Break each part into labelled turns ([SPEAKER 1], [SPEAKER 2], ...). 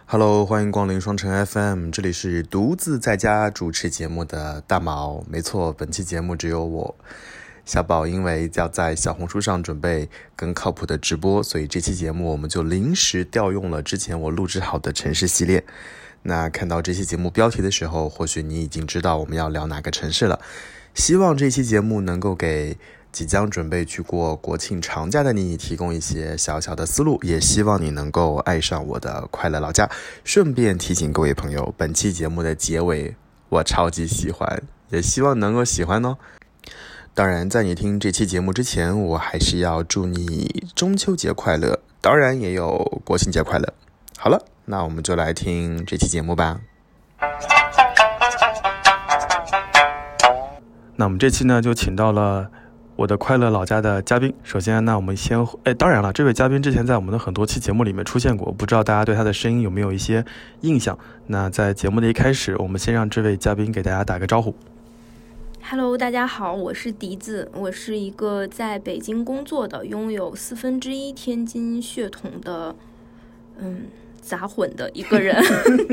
[SPEAKER 1] Hello， 欢迎光临双城 FM， 这里是独自在家主持节目的大毛。没错，本期节目只有我小宝，因为要在小红书上准备更靠谱的直播，所以这期节目我们就临时调用了之前我录制好的城市系列。那看到这期节目标题的时候，或许你已经知道我们要聊哪个城市了。希望这期节目能够给即将准备去过国庆长假的你提供一些小小的思路，也希望你能够爱上我的快乐老家。顺便提醒各位朋友，本期节目的结尾我超级喜欢，也希望能够喜欢哦。当然在你听这期节目之前，我还是要祝你中秋节快乐，当然也有国庆节快乐。好了，那我们就来听这期节目吧。那我们这期呢就请到了我的快乐老家的嘉宾。首先那我们先当然了，这位嘉宾之前在我们的很多期节目里面出现过，不知道大家对他的声音有没有一些印象。那在节目的一开始，我们先让这位嘉宾给大家打个招呼。
[SPEAKER 2] Hello， 大家好，我是笛子，我是一个在北京工作的，拥有1/4天津血统的杂混的一个人。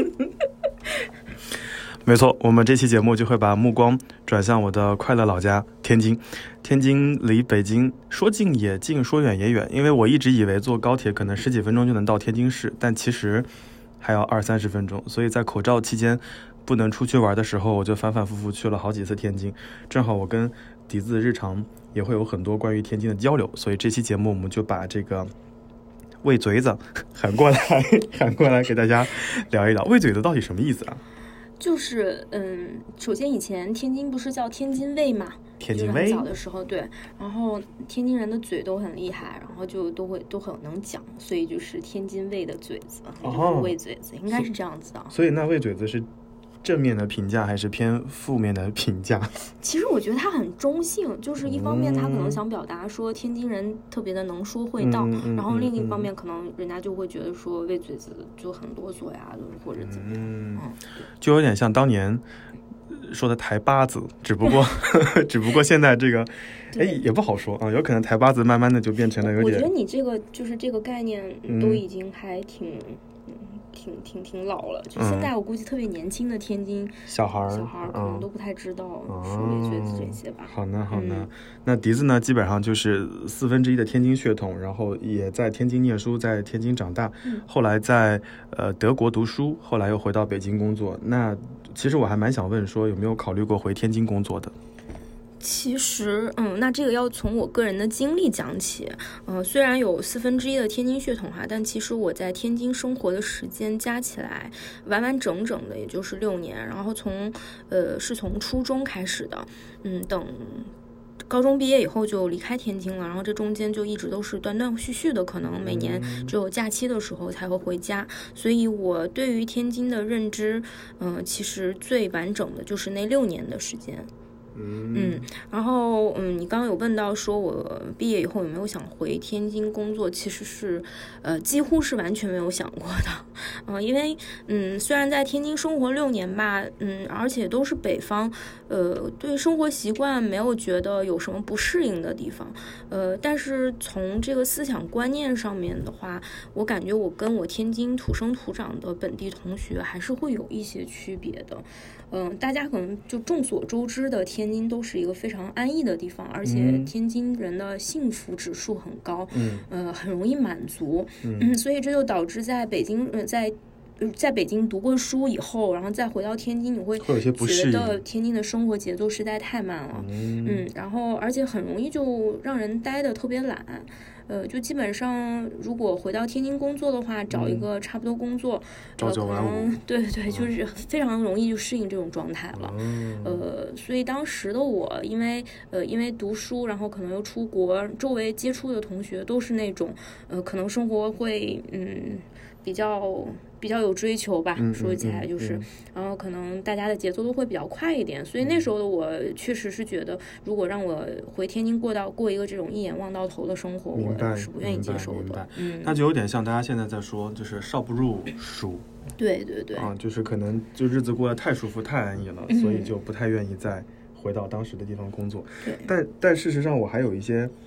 [SPEAKER 1] 没错，我们这期节目就会把目光转向我的快乐老家天津。天津离北京说近也近，说远也远，因为我一直以为坐高铁可能10几分钟就能到天津市，但其实还要20-30分钟。所以在口罩期间不能出去玩的时候，我就反反复复去了好几次天津。正好我跟笛子日常也会有很多关于天津的交流，所以这期节目我们就把这个喂嘴子喊过来给大家聊一聊。喂嘴子到底什么意思啊？
[SPEAKER 2] 就是首先以前天津不是叫天津卫嘛？
[SPEAKER 1] 天津卫。
[SPEAKER 2] 早的时候对，然后天津人的嘴都很厉害，然后就都很能讲，所以就是天津卫的嘴子，就是喂嘴子，应该是这样子的。
[SPEAKER 1] 所以那喂嘴子是正面的评价还是偏负面的评价？
[SPEAKER 2] 其实我觉得他很中性，就是一方面他可能想表达说天津人特别的能说会道，然后另一方面可能人家就会觉得说喂嘴子就很啰嗦呀，或者怎么样，
[SPEAKER 1] 就有点像当年说的台八子，只不过现在这个也不好说啊，有可能台八子慢慢的就变成了有点。
[SPEAKER 2] 我觉得你这个就是这个概念都已经还挺老了，就现在我估计特别年轻的天津小孩可能都不太知道说喂嘴子这些吧。
[SPEAKER 1] 好呢，那笛子呢，基本上就是1/4的天津血统，然后也在天津念书，在天津长大，后来在德国读书，后来又回到北京工作。那其实我还蛮想问说，有没有考虑过回天津工作的？
[SPEAKER 2] 其实，那这个要从我个人的经历讲起。虽然有1/4的天津血统哈，但其实我在天津生活的时间加起来完完整整的也就是6年。然后是从初中开始的，等高中毕业以后就离开天津了。然后这中间就一直都是断断续续的，可能每年只有假期的时候才会回家。所以我对于天津的认知，其实最完整的就是那6年的时间。然后你刚刚有问到说我毕业以后有没有想回天津工作，其实是几乎是完全没有想过的。因为虽然在天津生活6年吧，而且都是北方，对生活习惯没有觉得有什么不适应的地方，但是从这个思想观念上面的话，我感觉我跟我天津土生土长的本地同学还是会有一些区别的。大家可能就众所周知的天津都是一个非常安逸的地方，而且天津人的幸福指数很高，很容易满足，所以这就导致在北京在北京读过书以后，然后再回到天津，你会觉得天津的生活节奏实在太慢了，然后而且很容易就让人待得特别懒。就基本上如果回到天津工作的话，找一个差不多工作，
[SPEAKER 1] 朝9晚5，
[SPEAKER 2] 对，就是非常容易就适应这种状态了。所以当时的我因为读书，然后可能又出国，周围接触的同学都是那种可能生活会比较有追求吧，说起来就是，然后可能大家的节奏都会比较快一点，所以那时候的我确实是觉得，如果让我回天津过一个这种一眼望到头的生活，我是不愿意接受的。
[SPEAKER 1] 那就有点像大家现在在说，就是少不入蜀。
[SPEAKER 2] 对
[SPEAKER 1] 就是可能就日子过得太舒服太安逸了，所以就不太愿意再回到当时的地方工作。但事实上我还有一些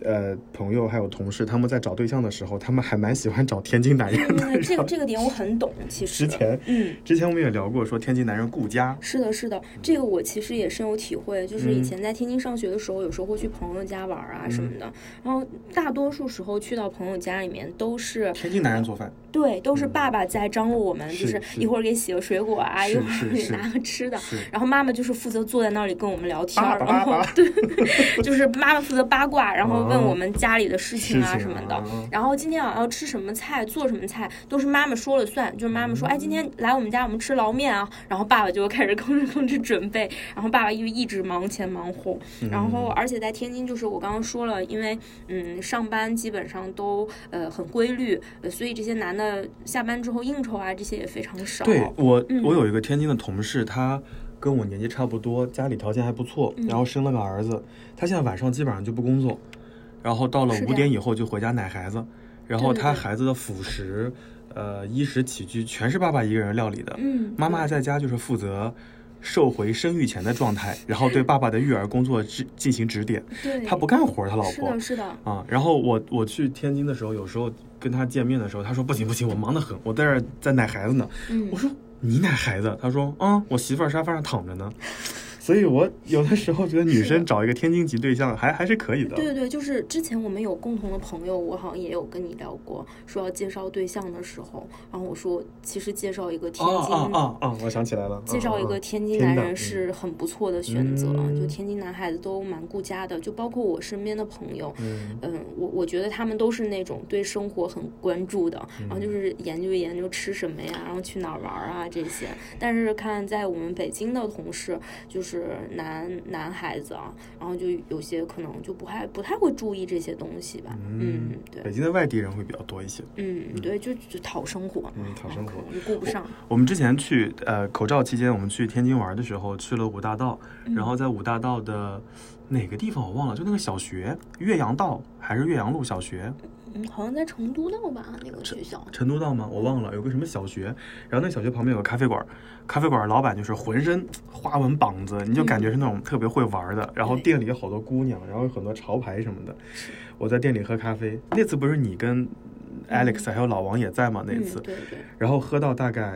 [SPEAKER 1] 朋友还有同事，他们在找对象的时候，他们还蛮喜欢找天津男人的。
[SPEAKER 2] 这个点我很懂，其实
[SPEAKER 1] 之前我们也聊过，说天津男人顾家。
[SPEAKER 2] 是的，这个我其实也深有体会。就是以前在天津上学的时候，有时候会去朋友家玩啊什么的，然后大多数时候去到朋友家里面都是
[SPEAKER 1] 天津男人做饭。
[SPEAKER 2] 对，都是爸爸在张罗我们，就是一会儿给洗个水果啊，一会儿给拿个吃的，然后妈妈就是负责坐在那里跟我们聊天，然后对，就是妈妈负责八卦，然后问我们家里的事情啊什么的。然后今天晚上要吃什么菜，做什么菜，都是妈妈说了算。就是妈妈说，哎，今天来我们家，我们吃捞面啊。然后爸爸就开始吭哧准备，然后爸爸就一直忙前忙后。然后而且在天津，就是我刚刚说了，因为上班基本上都很规律，所以这些男的下班之后应酬啊这些也非常少。
[SPEAKER 1] 对，我有一个天津的同事，他跟我年纪差不多，家里条件还不错，然后生了个儿子，他现在晚上基本上就不工作，然后到了5点以后就回家奶孩子，然后他孩子的辅食衣食起居全是爸爸一个人料理的，妈妈在家就是负责瘦回生育前的状态，然后对爸爸的育儿工作进行指点。
[SPEAKER 2] 对，
[SPEAKER 1] 他不干活，他老婆
[SPEAKER 2] 是的
[SPEAKER 1] 啊。然后我去天津的时候，有时候跟他见面的时候，他说不行，我忙得很，我在这儿在奶孩子呢。我说你奶孩子？他说我媳妇儿沙发上躺着呢。所以我有的时候觉得女生找一个天津籍对象还是可以的。
[SPEAKER 2] 对，就是之前我们有共同的朋友，我好像也有跟你聊过，说要介绍对象的时候，然后我说其实介绍一个天津
[SPEAKER 1] 我想起来了，
[SPEAKER 2] 介绍一个天津男人是很不错的选择。就天津男孩子都蛮顾家的，就包括我身边的朋友，我觉得他们都是那种对生活很关注的，然后就是研究吃什么呀，然后去哪儿玩啊这些。但是看在我们北京的同事，就是男孩子啊，然后就有些可能就不太会注意这些东西吧。对，
[SPEAKER 1] 北京的外地人会比较多一些。
[SPEAKER 2] 对，就讨生活，
[SPEAKER 1] 讨生活，
[SPEAKER 2] 你顾不上。
[SPEAKER 1] 我们之前去口罩期间，我们去天津玩的时候，去了五大道，然后在五大道的哪个地方我忘了，就那个小学，岳阳道还是岳阳路小学。
[SPEAKER 2] 好像在成都道吧，那个学校。
[SPEAKER 1] 成都道吗？我忘了，有个什么小学，然后那小学旁边有个咖啡馆，咖啡馆老板就是浑身花纹绑子，你就感觉是那种特别会玩的。然后店里有好多姑娘，然后有很多潮牌什么的。我在店里喝咖啡，那次不是你跟 Alex 还有老王也在吗？那次，
[SPEAKER 2] 对。
[SPEAKER 1] 然后喝到大概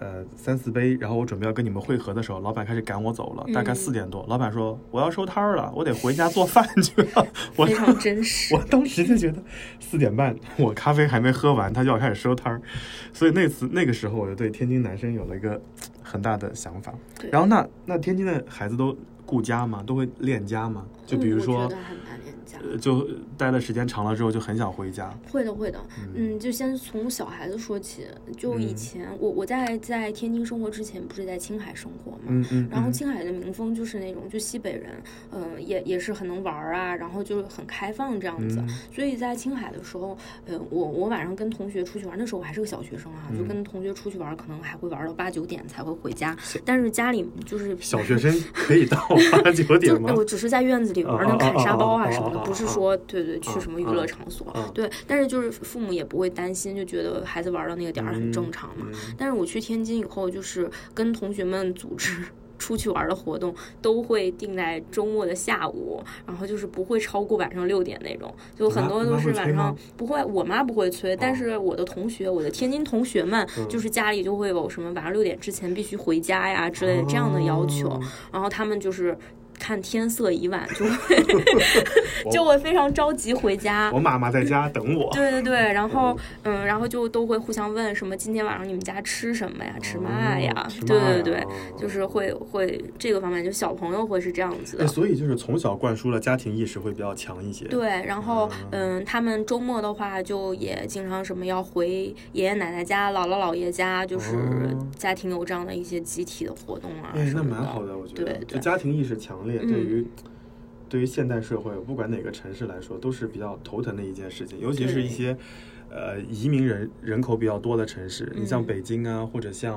[SPEAKER 1] 3-4杯，然后我准备要跟你们会合的时候，老板开始赶我走了，大概4点多，老板说我要收摊了，我得回家做饭去了。
[SPEAKER 2] 非常真实。
[SPEAKER 1] 我当时就觉得4点半我咖啡还没喝完，他就要开始收摊，所以那个时候我就对天津男生有了一个很大的想法。然后那天津的孩子都顾家吗？都会恋家吗？就比如说
[SPEAKER 2] 我觉得很难恋家，
[SPEAKER 1] 就待的时间长了之后就很想回家。
[SPEAKER 2] 会的。就先从小孩子说起。就以前我在天津生活之前，不是在青海生活嘛，然后青海的民风就是那种就西北人，也是很能玩啊，然后就很开放这样子。所以在青海的时候，我晚上跟同学出去玩，那时候我还是个小学生啊，就跟同学出去玩，可能还会玩到8-9点才会回家。但是家里就是
[SPEAKER 1] 小学生可以到8-9点吗？
[SPEAKER 2] 我只是在院子里玩那砍沙包啊什么的，不是说对去什么娱乐场所。对，但是就是父母也不会担心，就觉得孩子玩到那个点很正常嘛。但是我去天津以后，就是跟同学们组织出去玩的活动都会定在周末的下午，然后就是不会超过晚上6点那种，就很多都是晚上不会，我妈不会催，但是我的同学，我的天津同学们，就是家里就会有什么晚上6点之前必须回家呀之类的这样的要求，然后他们就是看天色已晚就会非常着急回家。
[SPEAKER 1] 我妈妈在家等我。
[SPEAKER 2] 对，然后就都会互相问什么今天晚上你们家吃什么呀，吃嘛呀？对，就是会这个方面，就小朋友会是这样子的。
[SPEAKER 1] 所以就是从小灌输了家庭意识会比较强一些。
[SPEAKER 2] 对，然后他们周末的话就也经常什么要回爷爷奶奶家、姥姥姥爷家，就是家庭有这样的一些集体的活动啊。
[SPEAKER 1] 那蛮好的，我觉得。对，家庭意识强烈，对于现代社会，不管哪个城市来说，都是比较头疼的一件事情，尤其是一些移民人口比较多的城市，你像北京啊，或者像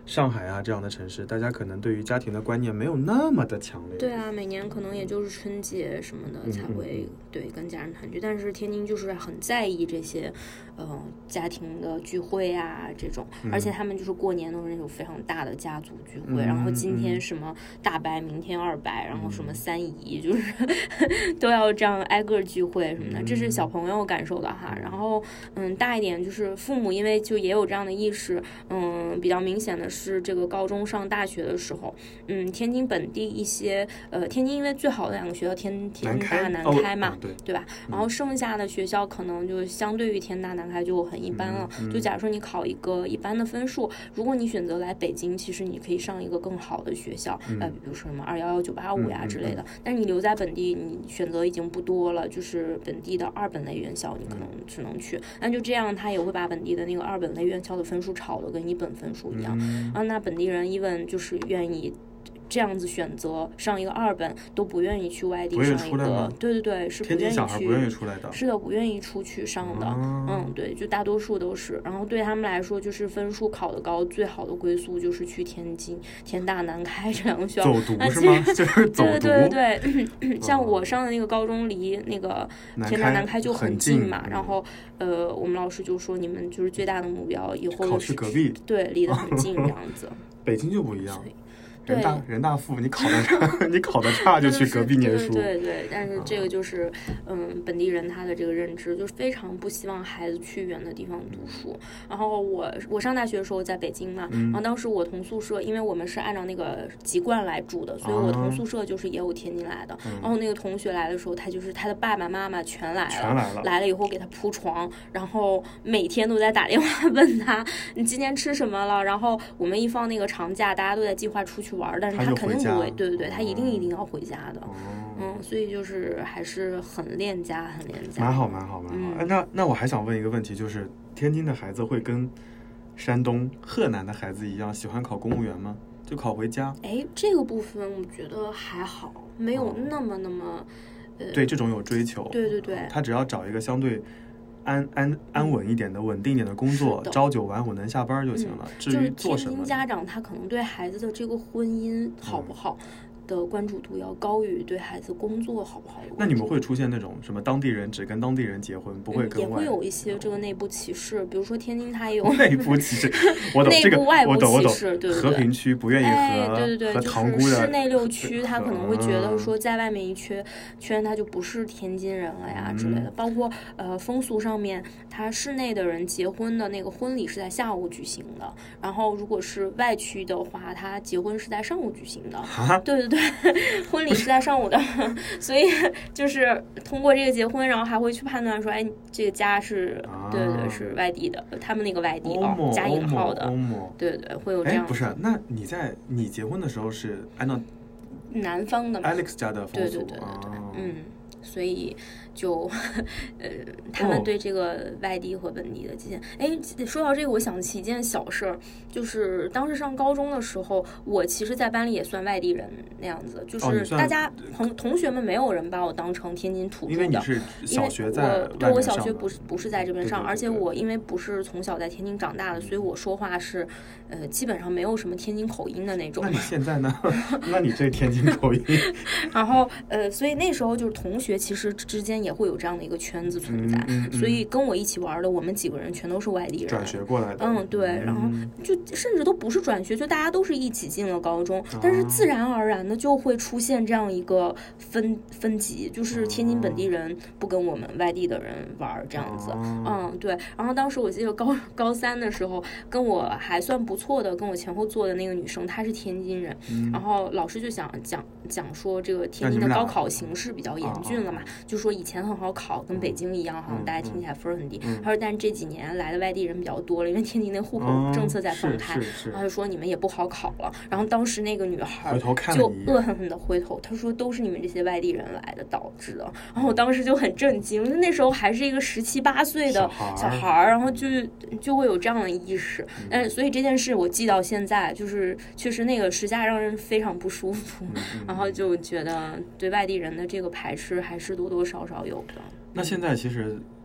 [SPEAKER 1] 上海啊这样的城市，大家可能对于家庭的观念没有那么的强烈。
[SPEAKER 2] 对啊，每年可能也就是春节什么的才会对跟家人团聚，但是天津就是很在意这些家庭的聚会啊这种，而且他们就是过年都是那种非常大的家族聚会，然后今天什么大伯，明天二伯，然后什么三姨，就是都要这样挨个聚会什么的，这是小朋友感受的哈。然后大一点就是父母因为就也有这样的意识，比较明显的是这个高中上大学的时候，天津本地一些天津因为最好的2个学校天大南开嘛，对吧？然后剩下的学校可能就相对于天大南开就很一般了。就假如说你考一个一般的分数，如果你选择来北京，其实你可以上一个更好的学校，比如说什么211、985呀之类的。但是你留在本地，你选择已经不多了，就是本地的2本类院校，你可能只能去。那就这样，他也会把本地的那个2本类院校的分数炒得跟1本分数一样。然后那本地人even就是愿意这样子选择上一个2本，都不愿意去外地上一个，对，是不愿意去，天津
[SPEAKER 1] 小孩不愿意出来的，
[SPEAKER 2] 是的，不愿意出去上的，对，就大多数都是。然后对他们来说，就是分数考得高，最好的归宿就是去天津、天大、南开这2个学校。
[SPEAKER 1] 走读是吗？就是走读。
[SPEAKER 2] 对，像我上的那个高中离那个天大、南开就很近嘛，然后我们老师就说你们就是最大的目标以后
[SPEAKER 1] 考去隔壁，
[SPEAKER 2] 对，离得很近这样子。
[SPEAKER 1] 北京就不一样。人大附，你考得差就去隔壁念书。
[SPEAKER 2] 对，但是这个就是本地人他的这个认知就是非常不希望孩子去远的地方读书。然后我上大学的时候在北京嘛，然后当时我同宿舍，因为我们是按照那个籍贯来住的，所以我同宿舍就是也有天津来的。然后那个同学来的时候，他就是他的爸爸妈妈全来了，来了以后给他铺床，然后每天都在打电话问他你今天吃什么了。然后我们一放那个长假，大家都在计划出去玩，但是他肯定不会，对，他一定要回家的。所以就是还是很恋家。
[SPEAKER 1] 蛮好。那我还想问一个问题，就是天津的孩子会跟山东、河南的孩子一样喜欢考公务员吗？就考回家？
[SPEAKER 2] 这个部分我觉得还好，没有那么
[SPEAKER 1] 对这种有追求。
[SPEAKER 2] 对，
[SPEAKER 1] 他只要找一个相对安稳一点的、稳定一点的工作，朝9晚5能下班就行了。至于做什么，
[SPEAKER 2] 就是天津家长他可能对孩子的这个婚姻好不好的关注度要高于对孩子工作好不好的。
[SPEAKER 1] 那你们会出现那种什么当地人只跟当地人结婚，不会跟
[SPEAKER 2] 也会有一些这个内部歧视，比如说天津它也有
[SPEAKER 1] 内部歧视，我懂这个，
[SPEAKER 2] 外部歧
[SPEAKER 1] 视，
[SPEAKER 2] 对，
[SPEAKER 1] 和平区不愿意和塘沽的
[SPEAKER 2] 市内6区，他可能会觉得说在外面一圈他就不是天津人了呀之类的。包括风俗上面，他市内的人结婚的那个婚礼是在下午举行的，然后如果是外区的话，他结婚是在上午举行的。对，婚礼是在上午的，所以就是通过这个结婚，然后还会去判断说，这个家是对，是外地的，他们那个外地加引号的，对，会有这样。
[SPEAKER 1] 不是，那你结婚的时候是按照
[SPEAKER 2] 南方的
[SPEAKER 1] Alex 家的风俗，
[SPEAKER 2] 对，所以就他们对这个外地和本地的界限。说到这个，我想起一件小事儿，就是当时上高中的时候，我其实在班里也算外地人那样子，就是大家同学们没有人把我当成天津土著的，
[SPEAKER 1] 因为你是小学在
[SPEAKER 2] 我小学不是在这边上，而且我因为不是从小在天津长大的，所以我说话是基本上没有什么天津口音的那种。
[SPEAKER 1] 那你现在呢？那你这天津口音
[SPEAKER 2] 然后所以那时候就是同学其实之间也会有这样的一个圈子存在，所以跟我一起玩的我们几个人全都是外地人，
[SPEAKER 1] 转学过来的。
[SPEAKER 2] 对，然后就甚至都不是转学，就大家都是一起进了高中，但是自然而然的就会出现这样一个分级，就是天津本地人不跟我们外地的人玩这样子。对。然后当时我记得高3的时候，跟我还算不错的，跟我前后坐的那个女生，她是天津人，然后老师就想讲说这个天津的高考形势比较严峻了嘛，就说以前很好考，跟北京一样，好像大家听起来分很低。他说但是这几年来的外地人比较多了，因为天津的户口政策在放开，然后就说你们也不好考了。然后当时那个女孩就恶狠狠的回头，她说都是你们这些外地人来的导致的。然后我当时就很震惊，那时候还是一个17、18岁的小孩，然后就会有这样的意识。所以这件事我记到现在，就是确实那个时下让人非常不舒服，然后就觉得对外地人的这个排斥还是多多少少有的。
[SPEAKER 1] 那现在其实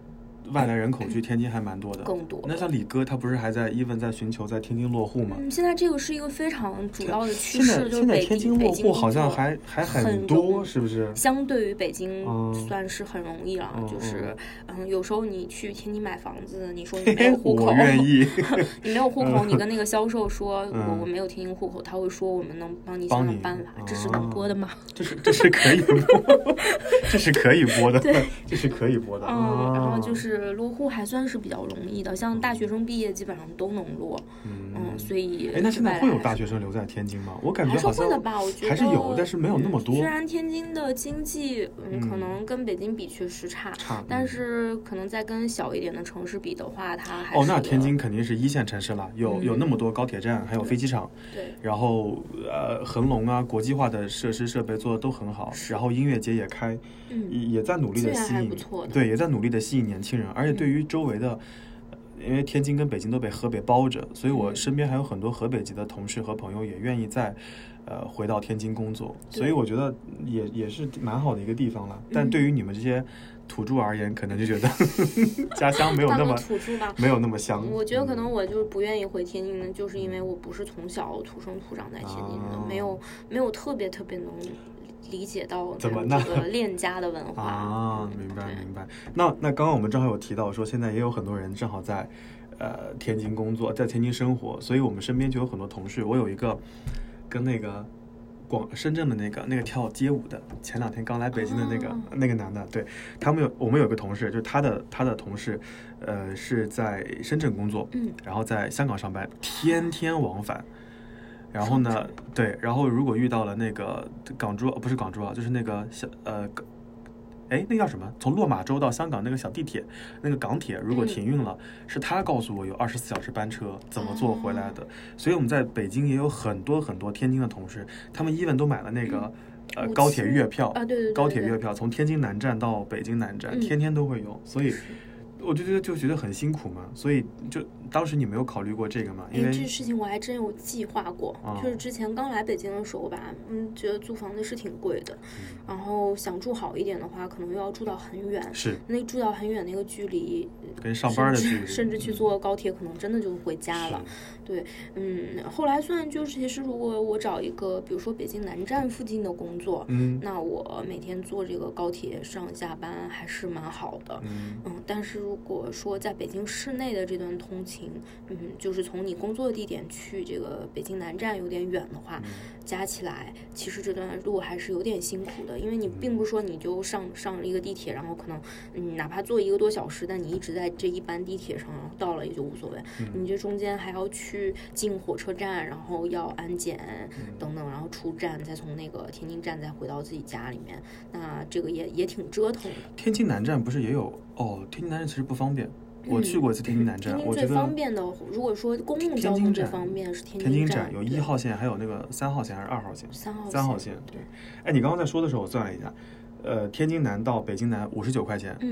[SPEAKER 1] 外来人口去天津还蛮多的，
[SPEAKER 2] 更多。
[SPEAKER 1] 那像李哥他不是还在在寻求在天津落户吗？
[SPEAKER 2] 现在这个是一个非常主要的趋势，
[SPEAKER 1] 现在天津落户好像还很多，是不是？
[SPEAKER 2] 相对于北京算是很容易了，就是有时候你去天津买房子，你说你没有户口，
[SPEAKER 1] 我愿意，
[SPEAKER 2] 你没有户口，你跟那个销售说我没有天津户口，他会说我们能帮你想想办法。这是能播的吗？
[SPEAKER 1] 这是可以播，这是可以播的，对，这是可以播的。
[SPEAKER 2] 然后就是落户还算是比较容易的，像大学生毕业基本上都能落，所以
[SPEAKER 1] 那现在会有大学生留在天津吗？我感觉好像
[SPEAKER 2] 还是会的吧，我觉得
[SPEAKER 1] 还是有，但是没有那么多。
[SPEAKER 2] 虽然天津的经济可能跟北京比确实差，但是可能再跟小一点的城市比的话，它还是
[SPEAKER 1] 那天津肯定是一线城市了，有那么多高铁站，还有飞机场，
[SPEAKER 2] 对，
[SPEAKER 1] 然后恒隆啊，国际化的设施设备做的都很好，然后音乐节也开，也在努力的吸引，对，也在努力的吸引年轻人，而且对于周围的。因为天津跟北京都被河北包着，所以我身边还有很多河北籍的同事和朋友也愿意再回到天津工作，所以我觉得也是蛮好的一个地方了。但对于你们这些土著而言，可能就觉得家乡没有那么
[SPEAKER 2] 土著吧，
[SPEAKER 1] 没有那么香。
[SPEAKER 2] 我觉得可能我就是不愿意回天津的，就是因为我不是从小土生土长在天津的，没有特别能理解到这个恋家的文化
[SPEAKER 1] 啊，明白。那刚刚我们正好有提到说，现在也有很多人正好在天津工作，在天津生活，所以我们身边就有很多同事。我有一个跟那个深圳的那个跳街舞的，前2天刚来北京的那个男的，对，我们有个同事，就是他的同事，是在深圳工作，然后在香港上班，天天往返。然后呢，对，然后如果遇到了那个不是港珠澳，就是那个那叫什么？从落马洲到香港那个小地铁，那个港铁如果停运了，是他告诉我有24小时班车，怎么坐回来的。所以我们在北京也有很多天津的同事，他们even都买了那个高铁月票
[SPEAKER 2] 啊，对，
[SPEAKER 1] 高铁月票从天津南站到北京南站，天天都会有，所以。我就觉得很辛苦嘛，所以就当时你没有考虑过这个吗？因为
[SPEAKER 2] 这事情我还真有计划过，就是之前刚来北京的时候吧，觉得租房子是挺贵的，然后想住好一点的话，可能又要住到很远，
[SPEAKER 1] 是
[SPEAKER 2] 那住到很远那个距离，
[SPEAKER 1] 跟上班的距离，
[SPEAKER 2] 甚至去坐高铁，可能真的就回家了。对，后来算就是其实如果我找一个，比如说北京南站附近的工作，那我每天坐这个高铁上下班还是蛮好的，但是如果说在北京市内的这段通勤，就是从你工作的地点去这个北京南站有点远的话，加起来其实这段路还是有点辛苦的，因为你并不是说你就上了一个地铁，然后可能哪怕坐1个多小时，但你一直在这一班地铁上，然后到了也就无所谓，你这中间还要去进火车站，然后要安检等等，然后出站再从那个天津站再回到自己家里面，那这个也挺折腾的。
[SPEAKER 1] 天津南站不是也有天津南站其实不方便，我去过一次天津南站，
[SPEAKER 2] 我觉得最方便的，如果说公共交通最方便是天津站，
[SPEAKER 1] 有1号线，还有那个3号线还是2号线？3号线，对。你刚刚在说的时候我算了一下，天津南到北京南59块钱，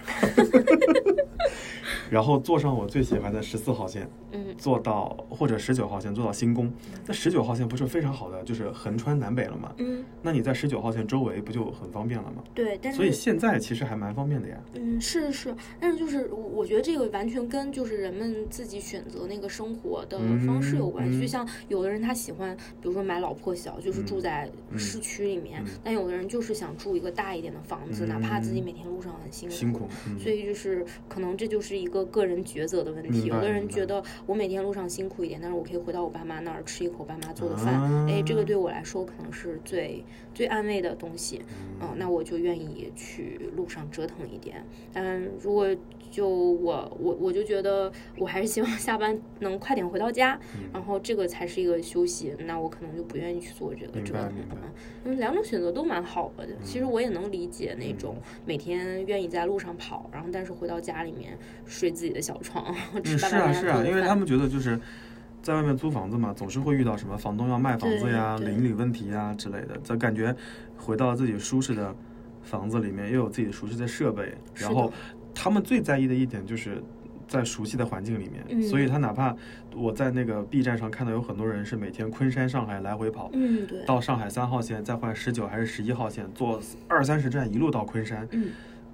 [SPEAKER 1] 然后坐上我最喜欢的14号线，坐到或者19号线坐到新宫，那19号线不是非常好的，就是横穿南北了嘛，那你在19号线周围不就很方便了吗？
[SPEAKER 2] 对，但是
[SPEAKER 1] 所以现在其实还蛮方便的呀。
[SPEAKER 2] 是，但是就是我觉得这个完全跟就是人们自己选择那个生活的方式有关系，就像有的人他喜欢，比如说买老破小，就是住在市区里面，但有的人就是想住一个大一点的房子，哪怕自己每天路上很辛苦，所以就是可能这就是一个个人抉择的问题。有的人觉得我每天路上辛苦一点，但是我可以回到我爸妈那儿吃一口爸妈做的饭，这个对我来说可能是最安慰的东西，那我就愿意去路上折腾一点。但如果就我就觉得我还是希望下班能快点回到家，然后这个才是一个休息，那我可能就不愿意去做这个折腾。两种选择都蛮好的，其实我也能理解那种每天愿意在路上跑，然后但是回到家里面睡自己的小床，吃爸爸妈妈做的饭。
[SPEAKER 1] 因为他们觉得就是在外面租房子嘛，总是会遇到什么房东要卖房子呀、邻里问题呀之类的，就感觉回到自己舒适的房子里面，又有自己熟悉的设备，然后他们最在意的一点就是在熟悉的环境里面，所以他哪怕我在那个 B 站上看到有很多人是每天昆山上海来回跑，
[SPEAKER 2] 对，
[SPEAKER 1] 到上海3号线再换19还是11号线，坐20-30站一路到昆山，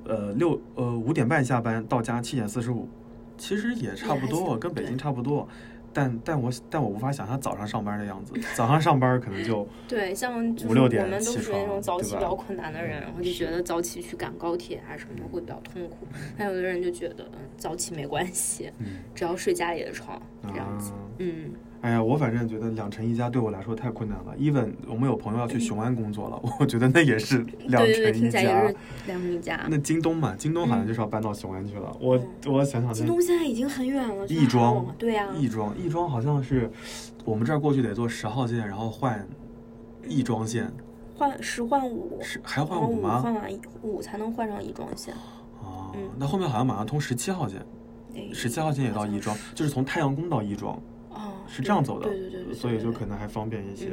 [SPEAKER 3] 5点半下班到家7:45，其实也差不多，跟北京差不多。但我无法想象早上上班的样子，早上上班可能就
[SPEAKER 2] 对，像5、
[SPEAKER 3] 6点
[SPEAKER 2] 我们都是那种早起比较困难的人，
[SPEAKER 3] 然
[SPEAKER 2] 后就觉得早起去赶高铁啊什么会比较痛苦。那有的人就觉得早起没关系，只要睡家里的床这样子。
[SPEAKER 3] 哎呀，我反正觉得2城1家对我来说太困难了。even 我们有朋友要去雄安工作了，我觉得那也是2城1家。
[SPEAKER 2] 对，听起来也是2城1家。
[SPEAKER 3] 那京东嘛，京东好像就是要搬到雄安去了。我想想，
[SPEAKER 2] 京东现在已经很远了。
[SPEAKER 3] 亦庄，
[SPEAKER 2] 对呀，
[SPEAKER 3] 亦庄好像是我们这儿过去得坐10号线，然后换亦庄线，
[SPEAKER 2] 换10换5，
[SPEAKER 3] 还要换5吗？
[SPEAKER 2] 换完5才能换上亦庄线。
[SPEAKER 3] 那后面好像马上通17号线，17号线也到亦庄，就是从太阳宫到亦庄。是这样走的，
[SPEAKER 2] 对，
[SPEAKER 3] 所以就可能还方便一些。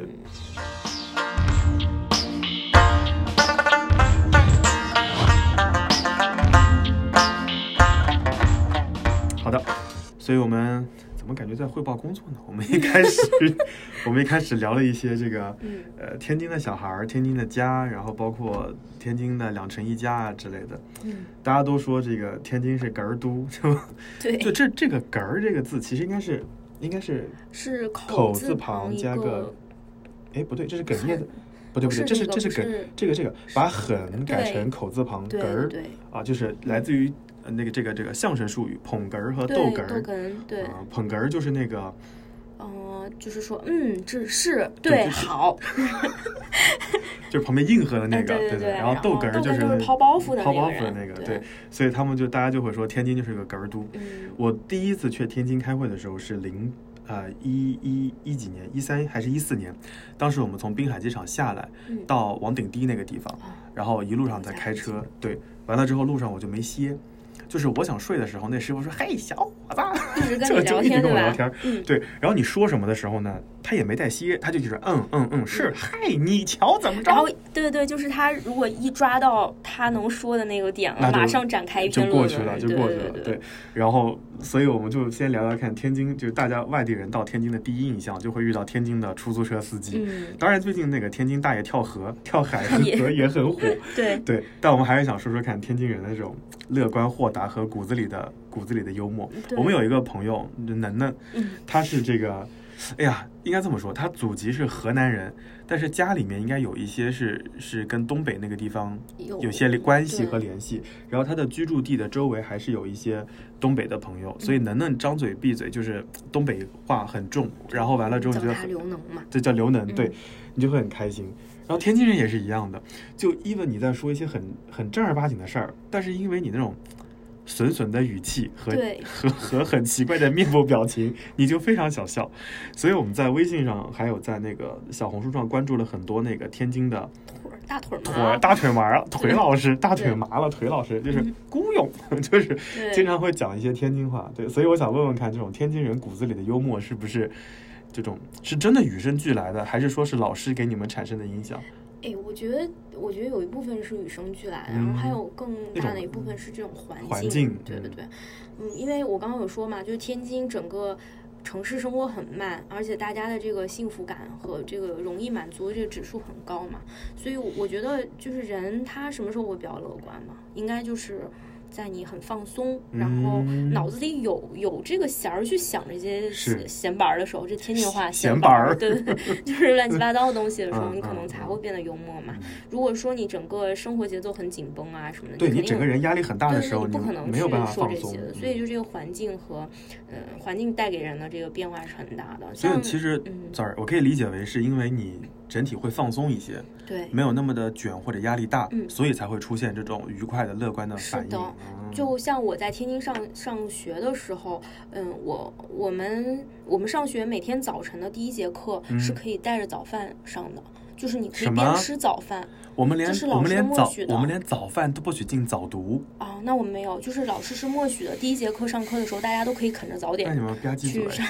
[SPEAKER 3] 好的，所以我们怎么感觉在汇报工作呢？我们一开始聊了一些这个天津的小孩、天津的家，然后包括天津的2城1家啊之类的。大家都说这个天津是哏儿都，
[SPEAKER 2] 对，
[SPEAKER 3] 就这个哏儿这个字其实应该是口字旁加个，不对，这是哏咽的，不对，这是哏，这个把狠改成口字旁哏儿啊，就是来自于这个相声术语捧哏儿和逗哏儿，
[SPEAKER 2] 对，
[SPEAKER 3] 捧哏儿就是那个。
[SPEAKER 2] 就是说，这是对，好，
[SPEAKER 3] 就是旁边应和的那个，
[SPEAKER 2] 对，
[SPEAKER 3] 然后逗哏儿就是
[SPEAKER 2] 抛包袱的
[SPEAKER 3] 那个，对，所以大家就会说天津就是个哏儿都。我第一次去天津开会的时候是一几年，13还是14年，当时我们从滨海机场下来，到王顶堤那个地方，然后一路上在开车，对，完了之后路上我就没歇。就是我想睡的时候，那师傅说：“嘿，小伙子，
[SPEAKER 2] 一直跟你聊天，
[SPEAKER 3] 跟我聊天。”对，然后你说什么的时候呢，他也没带歇，他就一直是，嗨，你瞧怎么着？
[SPEAKER 2] 然后对，就是他如果一抓到他能说的那个点了，马上展开一篇论文，
[SPEAKER 3] 就过去了。对，然后所以我们就先聊聊看天津，就是大家外地人到天津的第一印象，就会遇到天津的出租车司机。当然最近那个天津大爷跳海河也很火。对，但我们还是想说说看天津人的这种乐观豁达和骨子里的幽默。我们有一个朋友能能，他是这个，应该这么说，他祖籍是河南人，但是家里面应该有一些是跟东北那个地方有些关系和联系，然后他的居住地的周围还是有一些东北的朋友，所以能能张嘴闭嘴就是东北话很重，然后完了之后你就
[SPEAKER 2] 叫他刘能嘛，
[SPEAKER 3] 这叫刘能，对，你就会很开心。然后天津人也是一样的，就even你在说一些很正儿八经的事儿，但是因为你那种损损的语气和很奇怪的面部表情，你就非常想笑。所以我们在微信上还有在那个小红书上关注了很多那个天津的
[SPEAKER 2] 大腿
[SPEAKER 3] 麻了腿老师，大腿麻了腿老师就是孤勇，就是经常会讲一些天津话。对，所以我想问问看，这种天津人骨子里的幽默是不是这种是真的与生俱来的，还是说是老师给你们产生的影响？
[SPEAKER 2] 我觉得有一部分是与生俱来的，然后还有更大的一部分是这种环境。对，因为我刚刚有说嘛，就是天津整个城市生活很慢，而且大家的这个幸福感和这个容易满足的这个指数很高嘛，所以我觉得就是人他什么时候会比较乐观嘛，应该就是在你很放松，然后脑子里有这个弦儿去想这些闲板的时候，这天津话
[SPEAKER 3] 闲板，
[SPEAKER 2] 对，就是乱七八糟的东西的时候，你可能才会变得幽默嘛。如果说你整个生活节奏很紧绷啊什么的，
[SPEAKER 3] 对你整个人压力很大的时候，
[SPEAKER 2] 你不可能
[SPEAKER 3] 没有办法
[SPEAKER 2] 说这些的。所以就这个环境和环境带给人的这个变化是很大的。
[SPEAKER 3] 所以其实我可以理解为是因为你整体会放松一些，
[SPEAKER 2] 对，
[SPEAKER 3] 没有那么的卷或者压力大，所以才会出现这种愉快的乐观的反应。
[SPEAKER 2] 是的，就像我在天津上学的时候，我们上学每天早晨的第一节课是可以带着早饭上的，就是你可以边吃早饭。
[SPEAKER 3] 我们连早饭都不许进早读
[SPEAKER 2] 啊，那我们没有，就是老师是默许的。第一节课上课的时候，大家都可以啃着早点。
[SPEAKER 3] 那你们吧唧嘴，